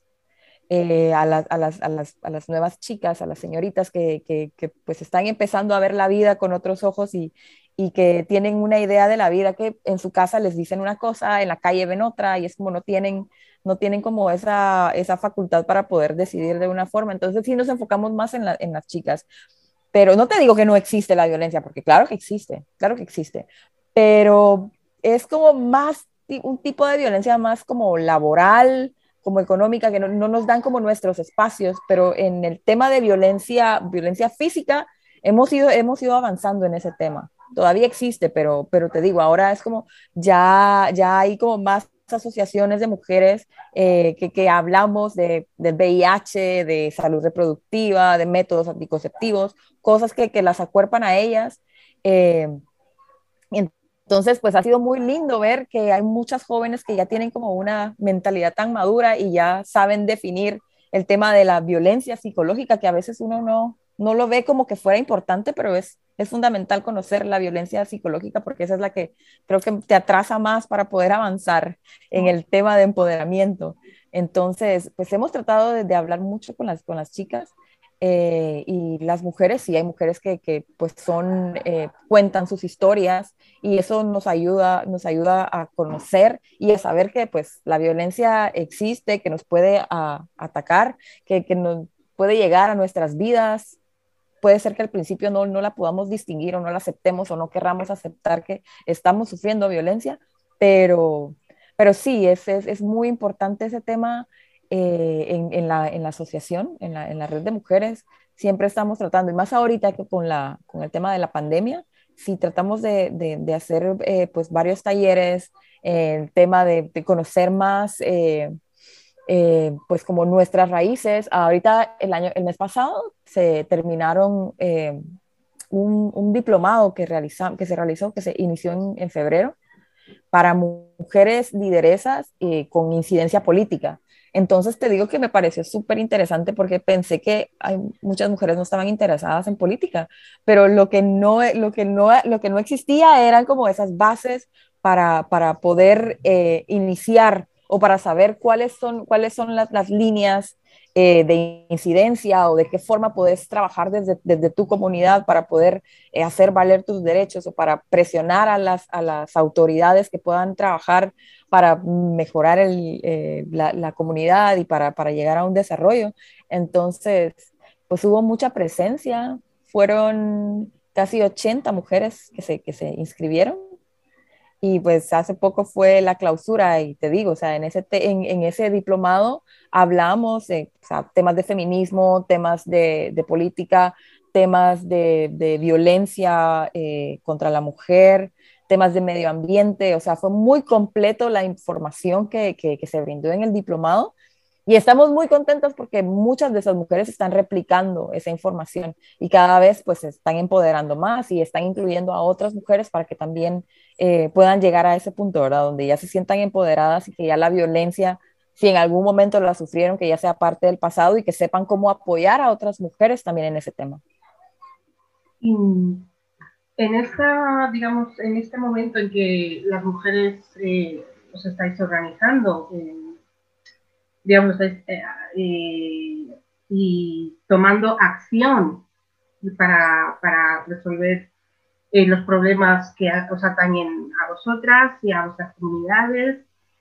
Eh, a, las, a, las, a, las, a las nuevas chicas, a las señoritas que, que, que pues están empezando a ver la vida con otros ojos y, y que tienen una idea de la vida que en su casa les dicen una cosa, en la calle ven otra y es como no tienen, no tienen como esa, esa facultad para poder decidir de una forma. Entonces sí nos enfocamos más en, la, en las chicas. Pero no te digo que no existe la violencia, porque claro que existe, claro que existe, pero es como más un tipo de violencia más como laboral, como económica, que no, no nos dan como nuestros espacios, pero en el tema de violencia, violencia física, hemos ido, hemos ido avanzando en ese tema. Todavía existe, pero, pero te digo, ahora es como ya, ya hay como más asociaciones de mujeres eh, que, que hablamos de, del V I H, de salud reproductiva, de métodos anticonceptivos, cosas que, que las acuerpan a ellas. Eh, entonces, pues ha sido muy lindo ver que hay muchas jóvenes que ya tienen como una mentalidad tan madura y ya saben definir el tema de la violencia psicológica, que a veces uno no, no lo ve como que fuera importante, pero es, es fundamental conocer la violencia psicológica porque esa es la que creo que te atrasa más para poder avanzar en el tema de empoderamiento. Entonces, pues hemos tratado de, de hablar mucho con las, con las chicas. Eh, y las mujeres, sí, hay mujeres que, que pues son, eh, cuentan sus historias y eso nos ayuda, nos ayuda a conocer y a saber que pues la violencia existe, que nos puede a, atacar, que, que nos puede llegar a nuestras vidas. Puede ser que al principio no, no la podamos distinguir o no la aceptemos o no querramos aceptar que estamos sufriendo violencia, pero, pero sí, es, es, es muy importante ese tema. Eh, en, en, la, en la asociación, en la, en la red de mujeres, siempre estamos tratando, y más ahorita que con, la, con el tema de la pandemia, si tratamos de, de, de hacer eh, pues varios talleres, eh, el tema de, de conocer más, eh, eh, pues como nuestras raíces. Ahorita el, año, el mes pasado se terminaron eh, un, un, diplomado que, realiza, que se realizó, que se inició en, en febrero, para mujeres lideresas eh, con incidencia política. Entonces te digo que me pareció súper interesante porque pensé que hay, muchas mujeres no estaban interesadas en política, pero lo que no, lo que no, lo que no existía eran como esas bases para, para poder eh, iniciar o para saber cuáles son, cuáles son las, las líneas eh, de incidencia o de qué forma puedes trabajar desde, desde tu comunidad para poder eh, hacer valer tus derechos o para presionar a las, a las autoridades que puedan trabajar para mejorar el, eh, la, la, comunidad y para, para llegar a un desarrollo. Entonces, pues hubo mucha presencia, fueron casi ochenta mujeres que se, que se inscribieron y pues hace poco fue la clausura y te digo, o sea, en ese, te, en, en, ese diplomado hablamos de o sea, temas de feminismo, temas de, de política, temas de, de violencia eh, contra la mujer, temas de medio ambiente, o sea, fue muy completo la información que, que, que se brindó en el diplomado. Y estamos muy contentos porque muchas de esas mujeres están replicando esa información y cada vez pues se están empoderando más y están incluyendo a otras mujeres para que también eh, puedan llegar a ese punto, ¿verdad? Donde ya se sientan empoderadas y que ya la violencia, si en algún momento la sufrieron, que ya sea parte del pasado y que sepan cómo apoyar a otras mujeres también en ese tema. Y en esta, digamos, en este momento en que las mujeres eh, os estáis organizando, eh, digamos, eh, eh, y tomando acción para, para resolver eh, los problemas que os atañen a vosotras y a vuestras comunidades,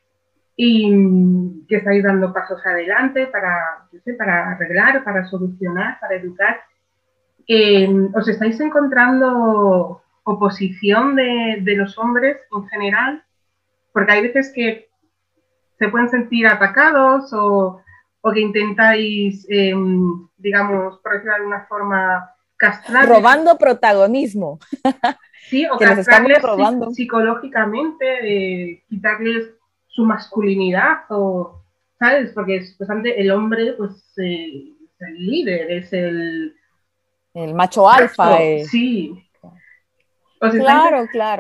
y que estáis dando pasos adelante para, yo sé, para arreglar, para solucionar, para educar. Eh, ¿Os estáis encontrando oposición de, de los hombres en general? Porque hay veces que se pueden sentir atacados o, o que intentáis, eh, digamos, por decirlo de alguna forma, castrarles. Robando protagonismo. Sí, o que castrarles robando. psicológicamente, eh, quitarles su masculinidad, o, ¿sabes? Porque supuestamente el hombre, pues, eh, es el líder, es el... El macho alfa. Eh. Sí. O sea, claro, está... claro.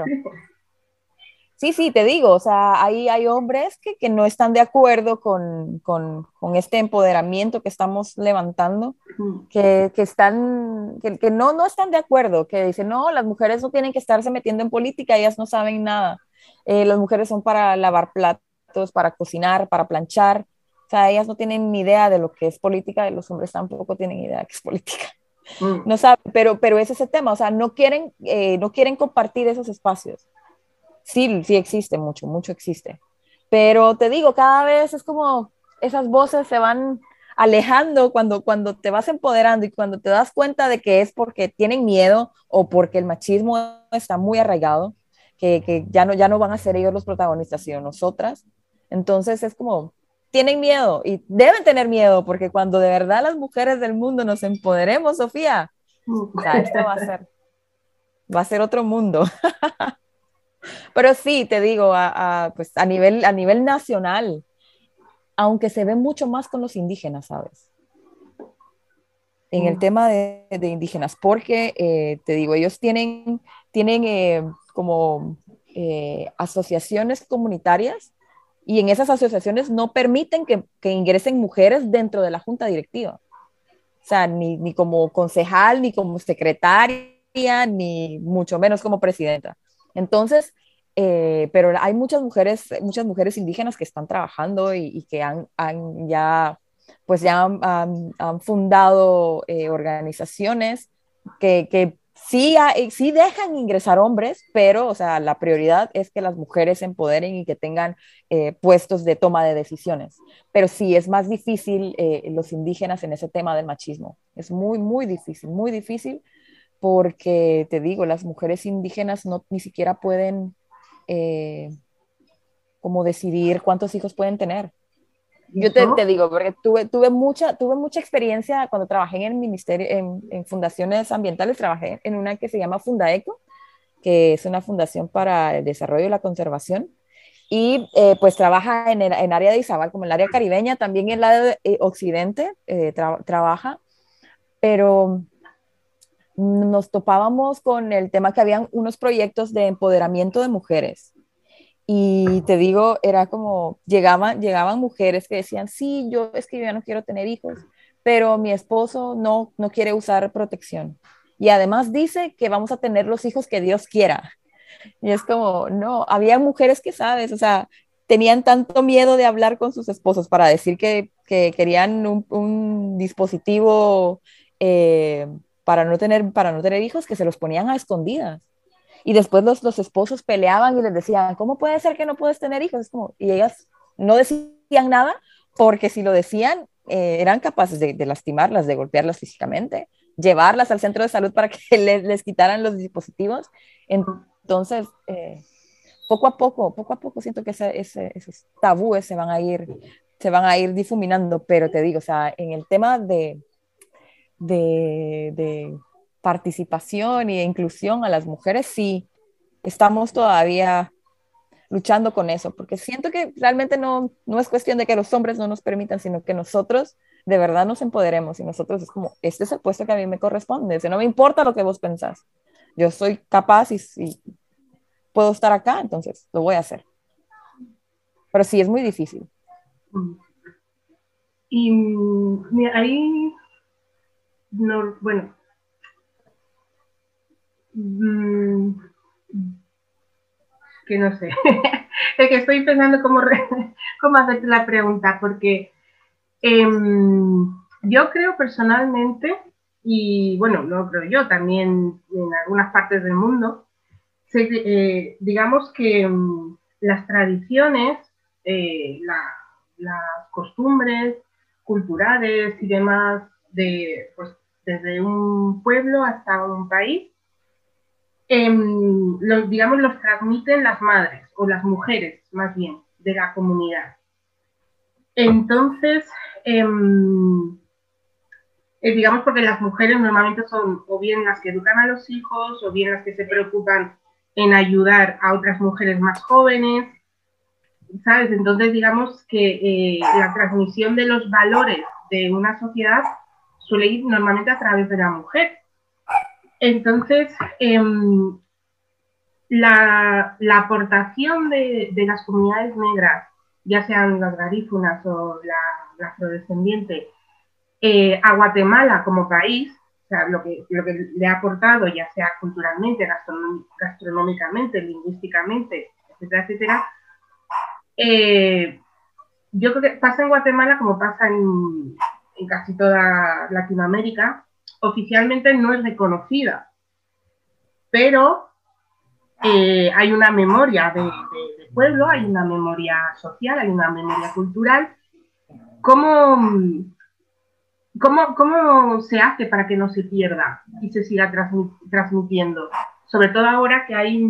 Sí, sí, te digo, o sea, hay, hay hombres que, que no están de acuerdo con, con, con este empoderamiento que estamos levantando, que, que están, que, que no, no están de acuerdo, que dicen, no, las mujeres no tienen que estarse metiendo en política, ellas no saben nada, eh, las mujeres son para lavar platos, para cocinar, para planchar, o sea, ellas no tienen ni idea de lo que es política y los hombres tampoco tienen idea de qué es política. Mm. No saben, pero, pero es ese tema, o sea, no quieren, eh, no quieren compartir esos espacios. Sí, sí existe mucho, mucho existe. Pero te digo, cada vez es como esas voces se van alejando cuando, cuando te vas empoderando y cuando te das cuenta de que es porque tienen miedo o porque el machismo está muy arraigado, que, que ya, no, ya no van a ser ellos los protagonistas, sino nosotras. Entonces es como, tienen miedo y deben tener miedo porque cuando de verdad las mujeres del mundo nos empoderemos, Sofía, o sea, esto va a ser, va a ser otro mundo. Pero sí, te digo, a, a, pues a, nivel, a nivel nacional, aunque se ve mucho más con los indígenas, ¿sabes? En mm. el tema de, de indígenas, porque, eh, te digo, ellos tienen, tienen eh, como eh, asociaciones comunitarias y en esas asociaciones no permiten que, que ingresen mujeres dentro de la junta directiva. O sea, ni, ni como concejal, ni como secretaria, ni mucho menos como presidenta. Entonces, eh, pero hay muchas mujeres, muchas mujeres indígenas que están trabajando y, y que han, han, ya, pues ya han, han, han fundado eh, organizaciones que, que sí, hay, sí dejan ingresar hombres, pero, o sea, la prioridad es que las mujeres se empoderen y que tengan eh, puestos de toma de decisiones. Pero sí, es más difícil eh, los indígenas en ese tema del machismo. Es muy, muy difícil, muy difícil porque, te digo, las mujeres indígenas no, ni siquiera pueden eh, como decidir cuántos hijos pueden tener. Yo te, te digo, porque tuve, tuve, mucha, tuve mucha experiencia cuando trabajé en el ministerio, en, en fundaciones ambientales, trabajé en una que se llama Fundaeco, que es una fundación para el desarrollo y la conservación, y eh, pues trabaja en el en área de Izabal, como en el área caribeña, también en el área de, eh, occidente eh, tra trabaja, pero nos topábamos con el tema que habían unos proyectos de empoderamiento de mujeres. Y te digo, era como, llegaban, llegaban mujeres que decían, sí, yo es que yo ya no quiero tener hijos, pero mi esposo no, no quiere usar protección. Y además dice que vamos a tener los hijos que Dios quiera. Y es como, no, había mujeres que, sabes, o sea, tenían tanto miedo de hablar con sus esposos para decir que, que querían un, un dispositivo eh, para, no tener, para no tener hijos, que se los ponían a escondidas. Y después los, los esposos peleaban y les decían, ¿cómo puede ser que no puedes tener hijos? Es como, y ellas no decían nada porque si lo decían, eh, eran capaces de, de lastimarlas, de golpearlas físicamente, llevarlas al centro de salud para que les, les quitaran los dispositivos. Entonces, eh, poco a poco, poco a poco siento que ese, ese, esos tabúes se van a ir, se van a ir difuminando, pero te digo, o sea, en el tema de, de, de participación y de inclusión a las mujeres, sí, estamos todavía luchando con eso, porque siento que realmente no, no es cuestión de que los hombres no nos permitan, sino que nosotros de verdad nos empoderemos y nosotros es como, este es el puesto que a mí me corresponde, si no me importa lo que vos pensás, yo soy capaz y, y puedo estar acá, entonces lo voy a hacer. Pero sí, es muy difícil. Y mira, ahí, no, bueno, mmm, que no sé, es que estoy pensando cómo, re, cómo hacerte la pregunta, porque eh, yo creo personalmente, y bueno, no creo yo, también en algunas partes del mundo, se, eh, digamos que um, las tradiciones, eh, la, las costumbres culturales y demás, de, pues, desde un pueblo hasta un país, eh, los, digamos, los transmiten las madres o las mujeres, más bien, de la comunidad. Entonces, eh, eh, digamos porque las mujeres normalmente son o bien las que educan a los hijos o bien las que se preocupan en ayudar a otras mujeres más jóvenes, ¿sabes? Entonces, digamos que eh, la transmisión de los valores de una sociedad suele ir normalmente a través de la mujer. Entonces, eh, la, la aportación de, de las comunidades negras, ya sean las garífunas o la, la afrodescendiente, eh, a Guatemala como país, o sea, lo que, lo que le ha aportado, ya sea culturalmente, gastronómicamente, lingüísticamente, etcétera, etcétera, eh, yo creo que pasa en Guatemala como pasa en, en casi toda Latinoamérica, oficialmente no es reconocida, pero eh, hay una memoria de, de, de pueblo, hay una memoria social, hay una memoria cultural. ¿Cómo, cómo, cómo se hace para que no se pierda y se siga transmit, transmitiendo? Sobre todo ahora que hay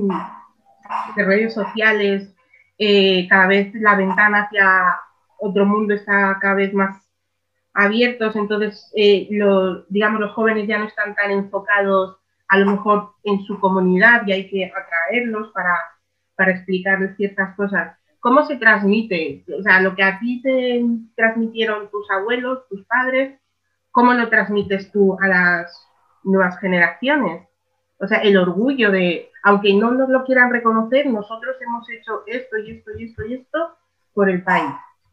de redes sociales, eh, cada vez la ventana hacia otro mundo está cada vez más abiertos, entonces eh, lo, digamos los jóvenes ya no están tan enfocados a lo mejor en su comunidad y hay que atraerlos para, para explicarles ciertas cosas. ¿Cómo se transmite? O sea, lo que a ti te transmitieron tus abuelos, tus padres, ¿cómo lo transmites tú a las nuevas generaciones? O sea, el orgullo de, aunque no nos lo quieran reconocer, nosotros hemos hecho esto y esto y esto y esto por el país.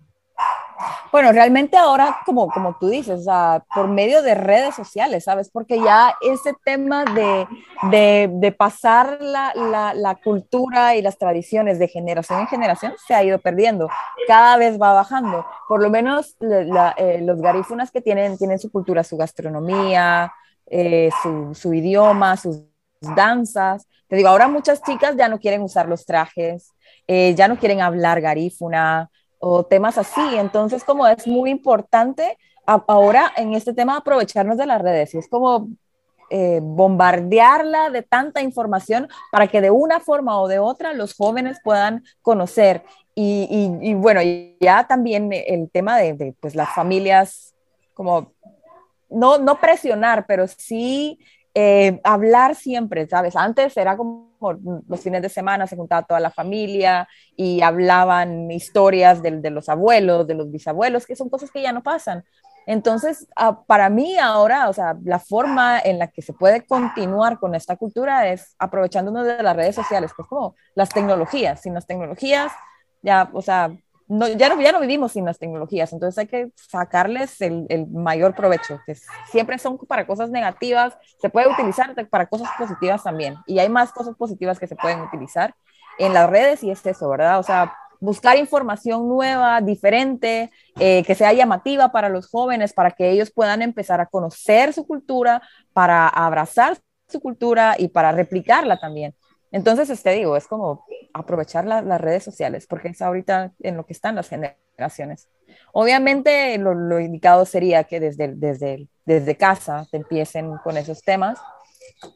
Bueno, realmente ahora, como, como tú dices, o sea, por medio de redes sociales, ¿sabes? Porque ya ese tema de, de, de pasar la, la, la cultura y las tradiciones de generación en generación se ha ido perdiendo, cada vez va bajando. Por lo menos la, la, eh, los garífunas que tienen, tienen su cultura, su gastronomía, eh, su, su idioma, sus danzas. Te digo, ahora muchas chicas ya no quieren usar los trajes, eh, ya no quieren hablar garífuna o temas así. Entonces, como es muy importante a, ahora en este tema aprovecharnos de las redes y es como eh, bombardearla de tanta información para que de una forma o de otra los jóvenes puedan conocer. Y, y, y bueno, y ya también el tema de, de pues, las familias, como no, no presionar, pero sí eh, hablar siempre, ¿sabes? Antes era como los fines de semana se juntaba toda la familia y hablaban historias de, de los abuelos, de los bisabuelos, que son cosas que ya no pasan. Entonces, uh, para mí ahora, o sea, la forma en la que se puede continuar con esta cultura es aprovechándonos de las redes sociales, pues como las tecnologías. Sin las tecnologías, ya, o sea, no, ya, no, ya no vivimos sin las tecnologías, entonces hay que sacarles el, el mayor provecho, que siempre son para cosas negativas, se puede utilizar para cosas positivas también, y hay más cosas positivas que se pueden utilizar en las redes y es eso, ¿verdad? O sea, buscar información nueva, diferente, eh, que sea llamativa para los jóvenes, para que ellos puedan empezar a conocer su cultura, para abrazar su cultura y para replicarla también. Entonces, te este, digo, es como aprovechar la, las redes sociales, porque es ahorita en lo que están las generaciones. Obviamente, lo, lo indicado sería que desde, desde, desde casa te empiecen con esos temas,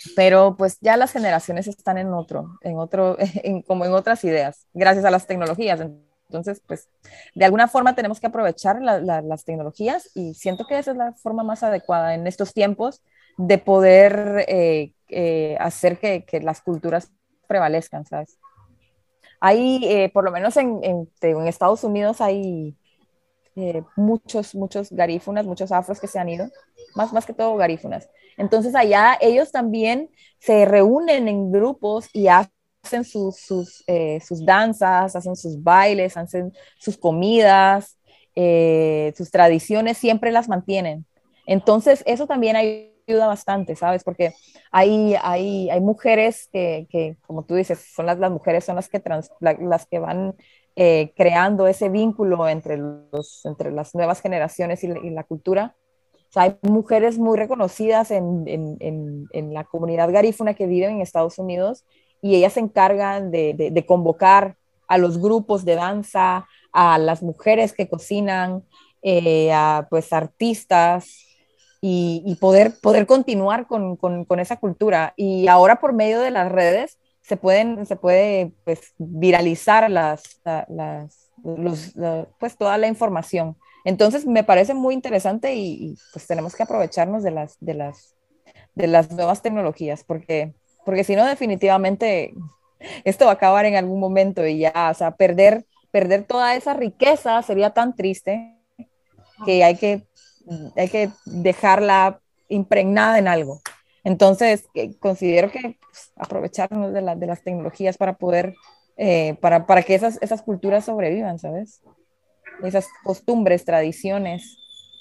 pero pues ya las generaciones están en otro, en otro, en, como en otras ideas, gracias a las tecnologías. Entonces, pues de alguna forma tenemos que aprovechar la, la, las tecnologías y siento que esa es la forma más adecuada en estos tiempos de poder eh, eh, hacer que, que las culturas prevalezcan, ¿sabes? Hay, eh, por lo menos en, en, en Estados Unidos hay eh, muchos, muchos garífunas, muchos afros que se han ido, más, más que todo garífunas. Entonces allá ellos también se reúnen en grupos y hacen sus, sus, eh, sus danzas, hacen sus bailes, hacen sus comidas, eh, sus tradiciones, siempre las mantienen. Entonces eso también ayuda bastante, ¿sabes? Porque hay, hay, hay mujeres que, que, como tú dices, son las, las mujeres son las que, trans, la, las que van eh, creando ese vínculo entre, los, entre las nuevas generaciones y la, y la cultura. O sea, hay mujeres muy reconocidas en, en, en, en, la comunidad garífuna que viven en Estados Unidos y ellas se encargan de, de, de convocar a los grupos de danza, a las mujeres que cocinan, eh, a pues artistas y, y poder, poder continuar con, con, con esa cultura. Y ahora por medio de las redes se pueden, se puede pues, viralizar las, las, los, la, pues, toda la información. Entonces me parece muy interesante y, y, pues tenemos que aprovecharnos de las, de las, de las nuevas tecnologías porque, porque si no definitivamente esto va a acabar en algún momento y ya, o sea, perder, perder toda esa riqueza sería tan triste que hay que, hay que dejarla impregnada en algo. Entonces, eh, considero que pues, aprovecharnos de, la, de, las tecnologías para poder, eh, para, para que esas, esas culturas sobrevivan, ¿sabes? Esas costumbres, tradiciones.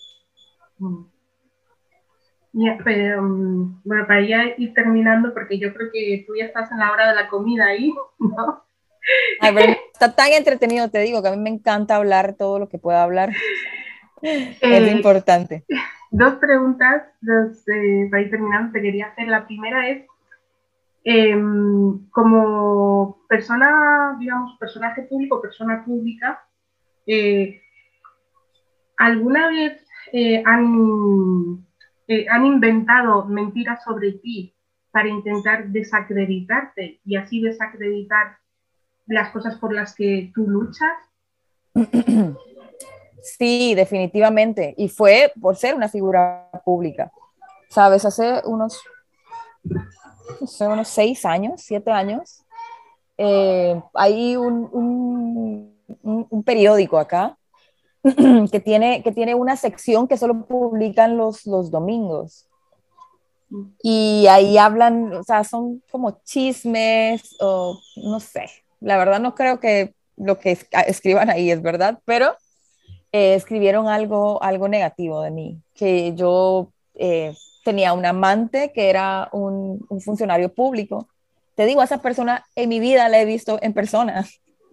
Yeah, pero, um, bueno, para ya ir terminando, porque yo creo que tú ya estás en la hora de la comida ahí, ¿no? Ay, pero está tan entretenido, te digo, que a mí me encanta hablar todo lo que pueda hablar. Eh, es importante. Dos preguntas dos, eh, para ir terminando te quería hacer. La primera es, eh, como persona, digamos, personaje público, persona pública, eh, ¿alguna vez eh, han, eh, han inventado mentiras sobre ti para intentar desacreditarte y así desacreditar las cosas por las que tú luchas? Sí, definitivamente. Y fue por ser una figura pública. Sabes, hace unos, no sé, unos seis años, siete años, eh, hay un, un, un, un periódico acá que tiene, que tiene una sección que solo publican los, los domingos. Y ahí hablan, o sea, son como chismes o no sé. La verdad no creo que lo que escriban ahí es verdad, pero eh, escribieron algo, algo negativo de mí, que yo eh, tenía un amante que era un, un funcionario público. Te digo, a esa persona en mi vida la he visto en persona.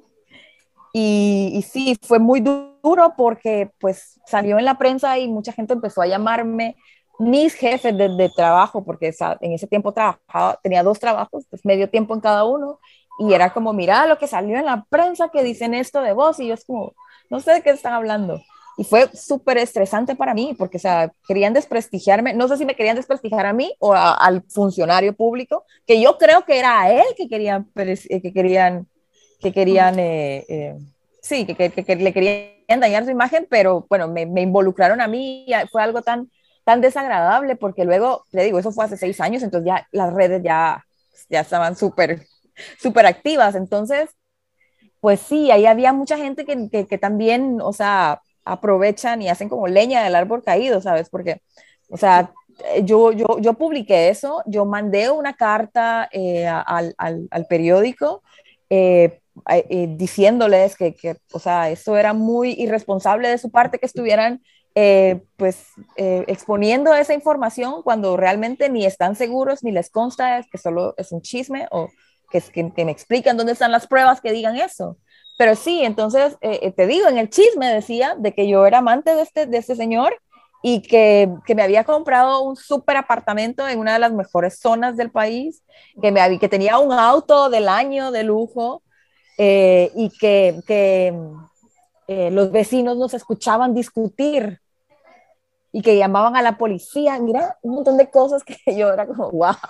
Y, y sí, fue muy duro porque pues salió en la prensa y mucha gente empezó a llamarme mis jefes de, de trabajo, porque en ese tiempo trabajaba, tenía dos trabajos, pues medio tiempo en cada uno, y era como, mira lo que salió en la prensa que dicen esto de vos, y yo es como, no sé de qué están hablando. Y fue súper estresante para mí, porque, o sea, querían desprestigiarme, no sé si me querían desprestigiar a mí o a, al funcionario público, que yo creo que era a él que querían, que querían, que querían, eh, eh, sí, que, que, que, le querían dañar su imagen, pero bueno, me, me involucraron a mí, y fue algo tan, tan desagradable, porque luego, le digo, eso fue hace seis años, entonces ya las redes ya, ya estaban súper, súper activas, entonces, pues sí, ahí había mucha gente que, que, que también, o sea, aprovechan y hacen como leña del árbol caído, ¿sabes? Porque, o sea, yo, yo, yo publiqué eso, yo mandé una carta eh, al, al, al, periódico eh, eh, diciéndoles que, que, o sea, eso era muy irresponsable de su parte que estuvieran eh, pues eh, exponiendo esa información cuando realmente ni están seguros ni les consta es que solo es un chisme o que, que, que me explican dónde están las pruebas que digan eso. Pero sí, entonces eh, te digo, en el chisme decía de que yo era amante de este, de este señor y que, que me había comprado un súper apartamento en una de las mejores zonas del país, que, me, que tenía un auto del año de lujo eh, y que, que eh, los vecinos nos escuchaban discutir y que llamaban a la policía. Mira, un montón de cosas que yo era como, wow.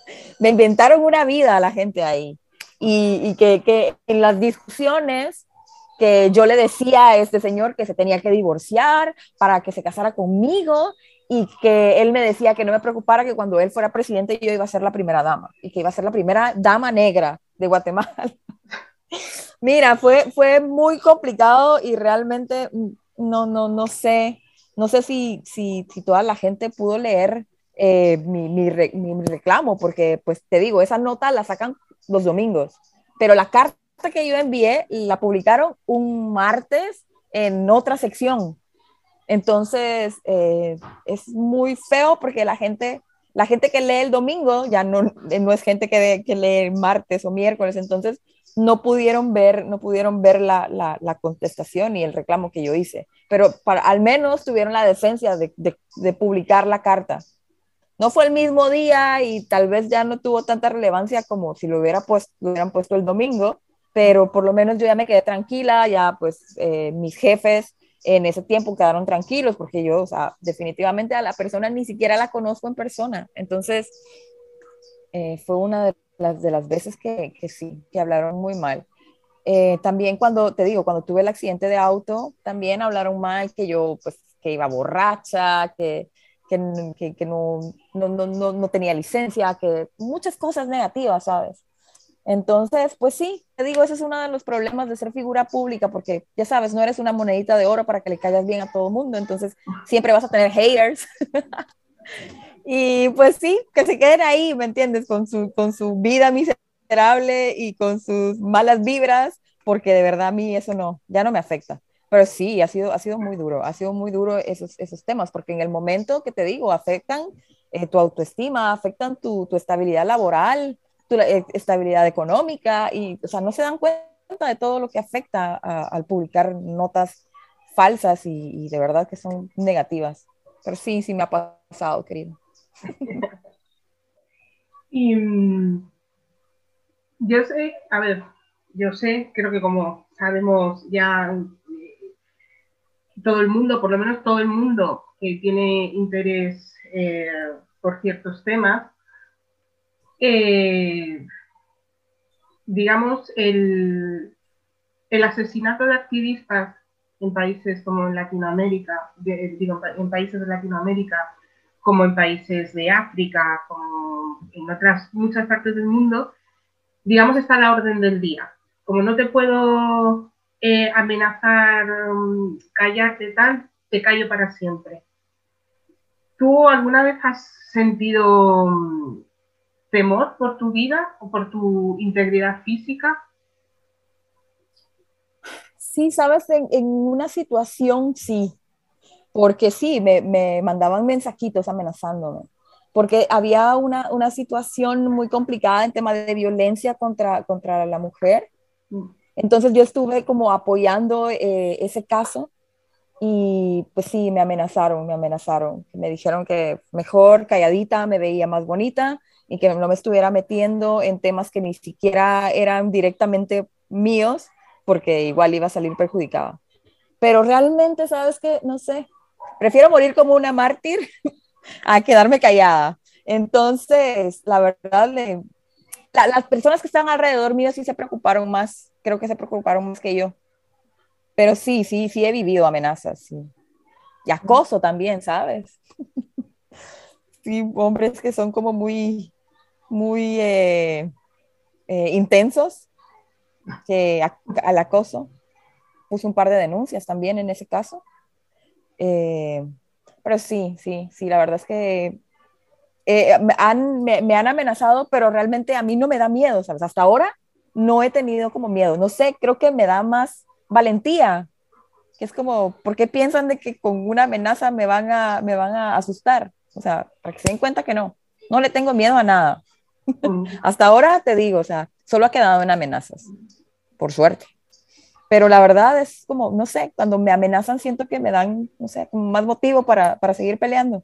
Me inventaron una vida a la gente ahí. Y, y que, que en las discusiones que yo le decía a este señor que se tenía que divorciar para que se casara conmigo y que él me decía que no me preocupara, que cuando él fuera presidente yo iba a ser la primera dama y que iba a ser la primera dama negra de Guatemala. Mira, fue, fue muy complicado y realmente no, no, no sé, no sé si, si, si toda la gente pudo leer eh, mi, mi, re, mi, mi reclamo, porque pues te digo, esa nota la sacan los domingos, pero la carta que yo envié la publicaron un martes en otra sección. Entonces, eh, es muy feo porque la gente, la gente que lee el domingo ya no, no es gente que, que lee martes o miércoles, entonces no pudieron ver, no pudieron ver la, la, la contestación y el reclamo que yo hice, pero para, al menos tuvieron la decencia de, de, de publicar la carta. No fue el mismo día y tal vez ya no tuvo tanta relevancia como si lo, hubiera puesto, lo hubieran puesto el domingo, pero por lo menos yo ya me quedé tranquila, ya pues eh, mis jefes en ese tiempo quedaron tranquilos porque yo, o sea, definitivamente a la persona ni siquiera la conozco en persona. Entonces, eh, fue una de las, de las veces que, que sí, que hablaron muy mal. Eh, también cuando, te digo, cuando tuve el accidente de auto, también hablaron mal que yo, pues, que iba borracha, que, que, que, que no, no, no, no tenía licencia, que muchas cosas negativas, ¿sabes? Entonces, pues sí, te digo, ese es uno de los problemas de ser figura pública, porque ya sabes, no eres una monedita de oro para que le caigas bien a todo el mundo, entonces siempre vas a tener haters. Y pues sí, que se queden ahí, ¿me entiendes? Con su, con su vida miserable y con sus malas vibras, porque de verdad a mí eso no, ya no me afecta. Pero sí, ha sido, ha sido muy duro, ha sido muy duro esos, esos temas, porque en el momento que te digo, afectan eh, tu autoestima, afectan tu, tu estabilidad laboral, tu eh, estabilidad económica, y, o sea, no se dan cuenta de todo lo que afecta a, al publicar notas falsas y, y de verdad que son negativas. Pero sí, sí me ha pasado, querido. Y um, yo sé, a ver, yo sé, creo que como sabemos ya eh, todo el mundo, por lo menos todo el mundo que tiene interés eh, por ciertos temas, eh, digamos, el, el asesinato de activistas en países como en Latinoamérica, de, digo, en países de Latinoamérica, como en países de África, como en otras muchas partes del mundo, digamos, está a la orden del día. Como no te puedo eh, amenazar, um, callarte tal, te callo para siempre. ¿Tú alguna vez has sentido um, temor por tu vida o por tu integridad física? Sí, sabes, en, en una situación sí, porque sí, me, me mandaban mensajitos amenazándome, porque había una, una situación muy complicada en tema de violencia contra, contra la mujer. Entonces yo estuve como apoyando eh, ese caso y pues sí, me amenazaron, me amenazaron. Me dijeron que mejor calladita me veía más bonita y que no me estuviera metiendo en temas que ni siquiera eran directamente míos, porque igual iba a salir perjudicada. Pero realmente, ¿sabes qué? No sé, prefiero morir como una mártir a quedarme callada. Entonces, la verdad, le, la, las personas que estaban alrededor mío sí se preocuparon más, creo que se preocuparon más que yo. Pero sí, sí, sí he vivido amenazas, sí. Y acoso también, ¿sabes? Sí, hombres que son como muy, muy eh, eh, intensos, que a, al acoso. Puse un par de denuncias también en ese caso. Eh, pero sí, sí, sí, la verdad es que eh, me, han, me, me, han amenazado, pero realmente a mí no me da miedo, ¿sabes? Hasta ahora no he tenido como miedo. No sé, creo que me da más valentía, que es como, ¿por qué piensan de que con una amenaza me van a, me van a asustar? O sea, para que se den cuenta que no, no le tengo miedo a nada. Mm. Hasta ahora te digo, o sea, solo ha quedado en amenazas, por suerte. Pero la verdad es como, no sé, cuando me amenazan siento que me dan, no sé, más motivo para, para seguir peleando.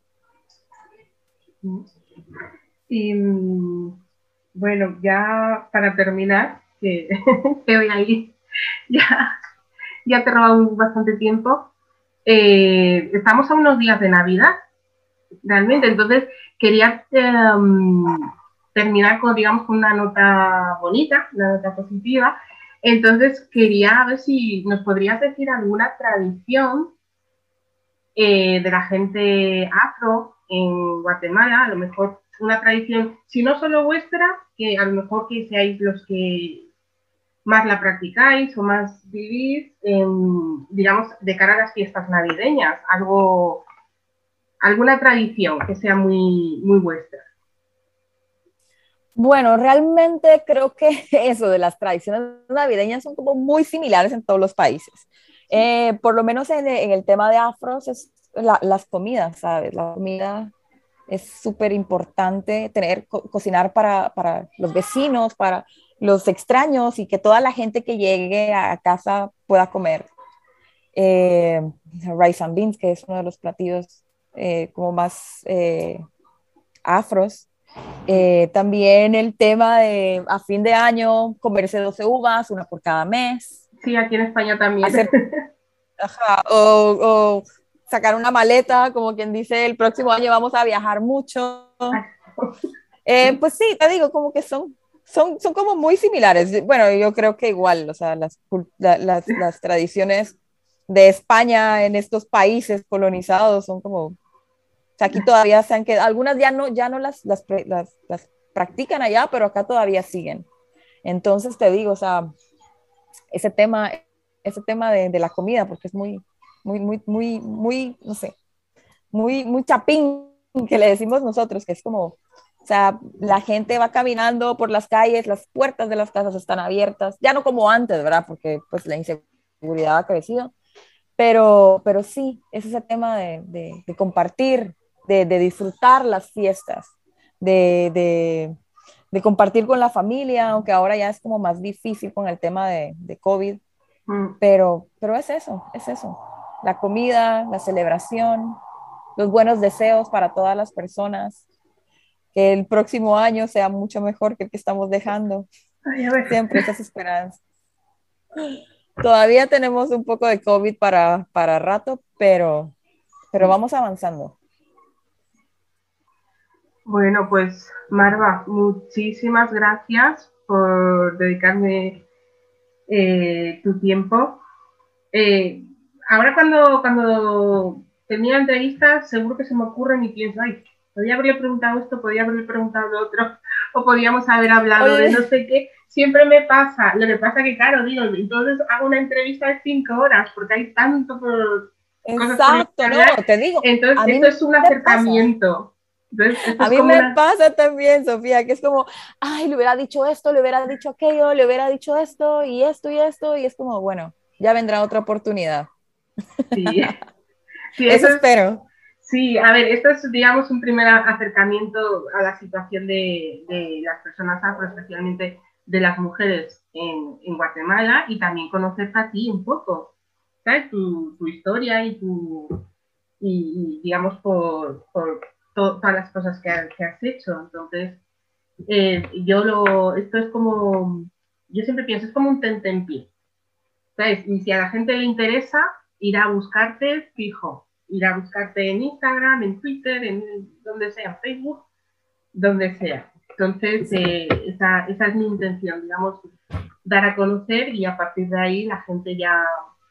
Y bueno, ya para terminar, que te voy a ir, ya, ya te he robado bastante tiempo. Eh, estamos a unos días de Navidad, realmente, entonces quería eh, terminar con, digamos, con una nota bonita, una nota positiva. Entonces, quería ver si nos podrías decir alguna tradición eh, de la gente afro en Guatemala, a lo mejor una tradición, si no solo vuestra, que a lo mejor que seáis los que más la practicáis o más vivís, en, digamos, de cara a las fiestas navideñas, algo, alguna tradición que sea muy, muy vuestra. Bueno, realmente creo que eso de las tradiciones navideñas son como muy similares en todos los países. Eh, por lo menos en, en el tema de afros, es la, las comidas, ¿sabes? La comida es súper importante, tener, co cocinar para, para los vecinos, para los extraños y que toda la gente que llegue a casa pueda comer. Eh, rice and beans, que es uno de los platillos eh, como más eh, afros. Eh, también el tema de a fin de año comerse doce uvas, una por cada mes. Sí, aquí en España también. Hacer, ajá, o, o sacar una maleta, como quien dice, el próximo año vamos a viajar mucho. Eh, pues sí, te digo, como que son, son, son como muy similares. Bueno, yo creo que igual, o sea, las, la, las, las tradiciones de España en estos países colonizados son como, o sea, aquí todavía se han quedado, algunas ya no, ya no las, las, las, las practican allá, pero acá todavía siguen. Entonces te digo, o sea, ese tema, ese tema de, de la comida, porque es muy, muy, muy, muy, muy, no sé, muy, muy chapín, que le decimos nosotros, que es como, o sea, la gente va caminando por las calles, las puertas de las casas están abiertas, ya no como antes, ¿verdad? Porque pues la inseguridad ha crecido, pero, pero sí, es ese tema de, de, de compartir, de, de disfrutar las fiestas, de, de, de compartir con la familia, aunque ahora ya es como más difícil con el tema de, de COVID, mm. pero, pero es eso, es eso, la comida, la celebración, los buenos deseos para todas las personas, que el próximo año sea mucho mejor que el que estamos dejando. Ay, a ver. Siempre esas esperanzas. Todavía tenemos un poco de COVID para, para rato, pero, pero vamos avanzando. Bueno, pues Marva, muchísimas gracias por dedicarme eh, tu tiempo. Eh, ahora cuando, cuando termine la entrevista, seguro que se me ocurre y pienso, ay, podría haberle preguntado esto, podría haberle preguntado lo otro, o podríamos haber hablado Oye. de no sé qué. Siempre me pasa, lo que pasa que, claro, digo, entonces hago una entrevista de cinco horas, porque hay tanto por... Exacto, por no, te digo. Entonces, esto es un acercamiento. Entonces, a mí me una... pasa también, Sofía, que es como, ay, le hubiera dicho esto, le hubiera dicho aquello, le hubiera dicho esto, y esto, y esto, y es como, bueno, ya vendrá otra oportunidad. Sí, sí eso, eso espero. Es, sí, a ver, esto es, digamos, un primer acercamiento a la situación de, de las personas afro, especialmente de las mujeres en, en Guatemala, y también conocerte a ti un poco, ¿sabes? Tu, tu historia y tu, y, y digamos, por, por to, todas las cosas que, que has hecho. Entonces, eh, yo lo, esto es como, yo siempre pienso, es como un tentempié, ¿sabes? Y si a la gente le interesa, irá a buscarte fijo, irá a buscarte en Instagram, en Twitter, en donde sea, en Facebook, donde sea. Entonces, eh, esa, esa es mi intención, digamos, dar a conocer y a partir de ahí la gente ya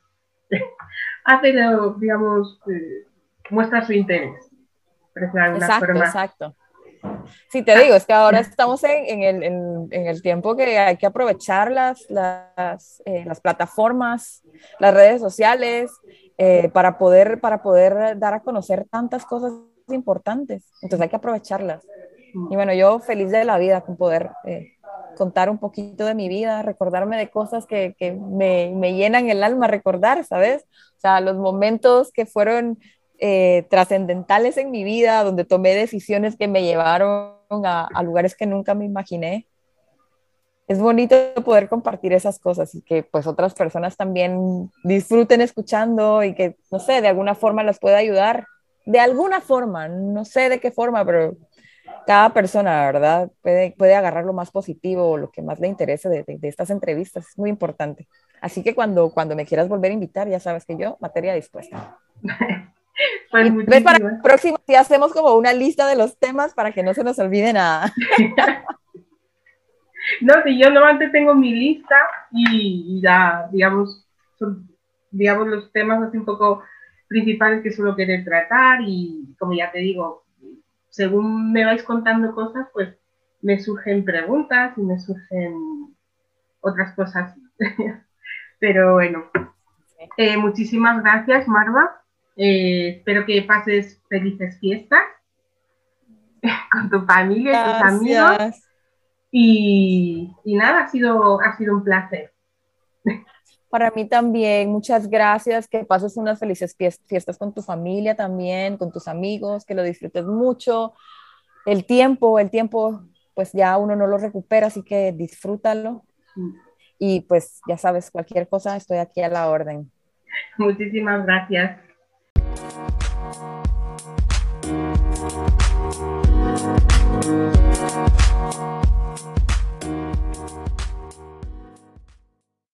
hace, digamos, eh, muestra su interés. Exacto, forma. exacto. Sí, te digo, es que ahora estamos en, en, el, en, en el tiempo que hay que aprovechar las, las, eh, las plataformas, las redes sociales, eh, para, poder, para poder dar a conocer tantas cosas importantes. Entonces hay que aprovecharlas. Y bueno, yo feliz de la vida con poder eh, contar un poquito de mi vida, recordarme de cosas que, que me, me llenan el alma recordar, ¿sabes? O sea, los momentos que fueron eh, trascendentales en mi vida, donde tomé decisiones que me llevaron a, a lugares que nunca me imaginé. Es bonito poder compartir esas cosas y que pues otras personas también disfruten escuchando y que, no sé, de alguna forma las pueda ayudar. De alguna forma, no sé de qué forma, pero cada persona, ¿verdad? Puede, puede agarrar lo más positivo o lo que más le interese de, de, de estas entrevistas. Es muy importante. Así que cuando, cuando me quieras volver a invitar, ya sabes que yo, materia dispuesta. Pues y ves, para el próximo, si hacemos como una lista de los temas para que no se nos olvide nada. No, si yo normalmente tengo mi lista y, y ya, digamos, son, digamos, los temas así un poco principales que suelo querer tratar y como ya te digo, según me vais contando cosas, pues me surgen preguntas y me surgen otras cosas. Pero bueno, eh, muchísimas gracias, Marva. Eh, espero que pases felices fiestas con tu familia y tus amigos. Gracias. Y, y nada, ha sido, ha sido un placer. Para mí también, muchas gracias, que pases unas felices fiestas con tu familia también, con tus amigos, que lo disfrutes mucho. El tiempo, el tiempo, pues ya uno no lo recupera, así que disfrútalo. Y pues ya sabes, cualquier cosa, estoy aquí a la orden. Muchísimas gracias.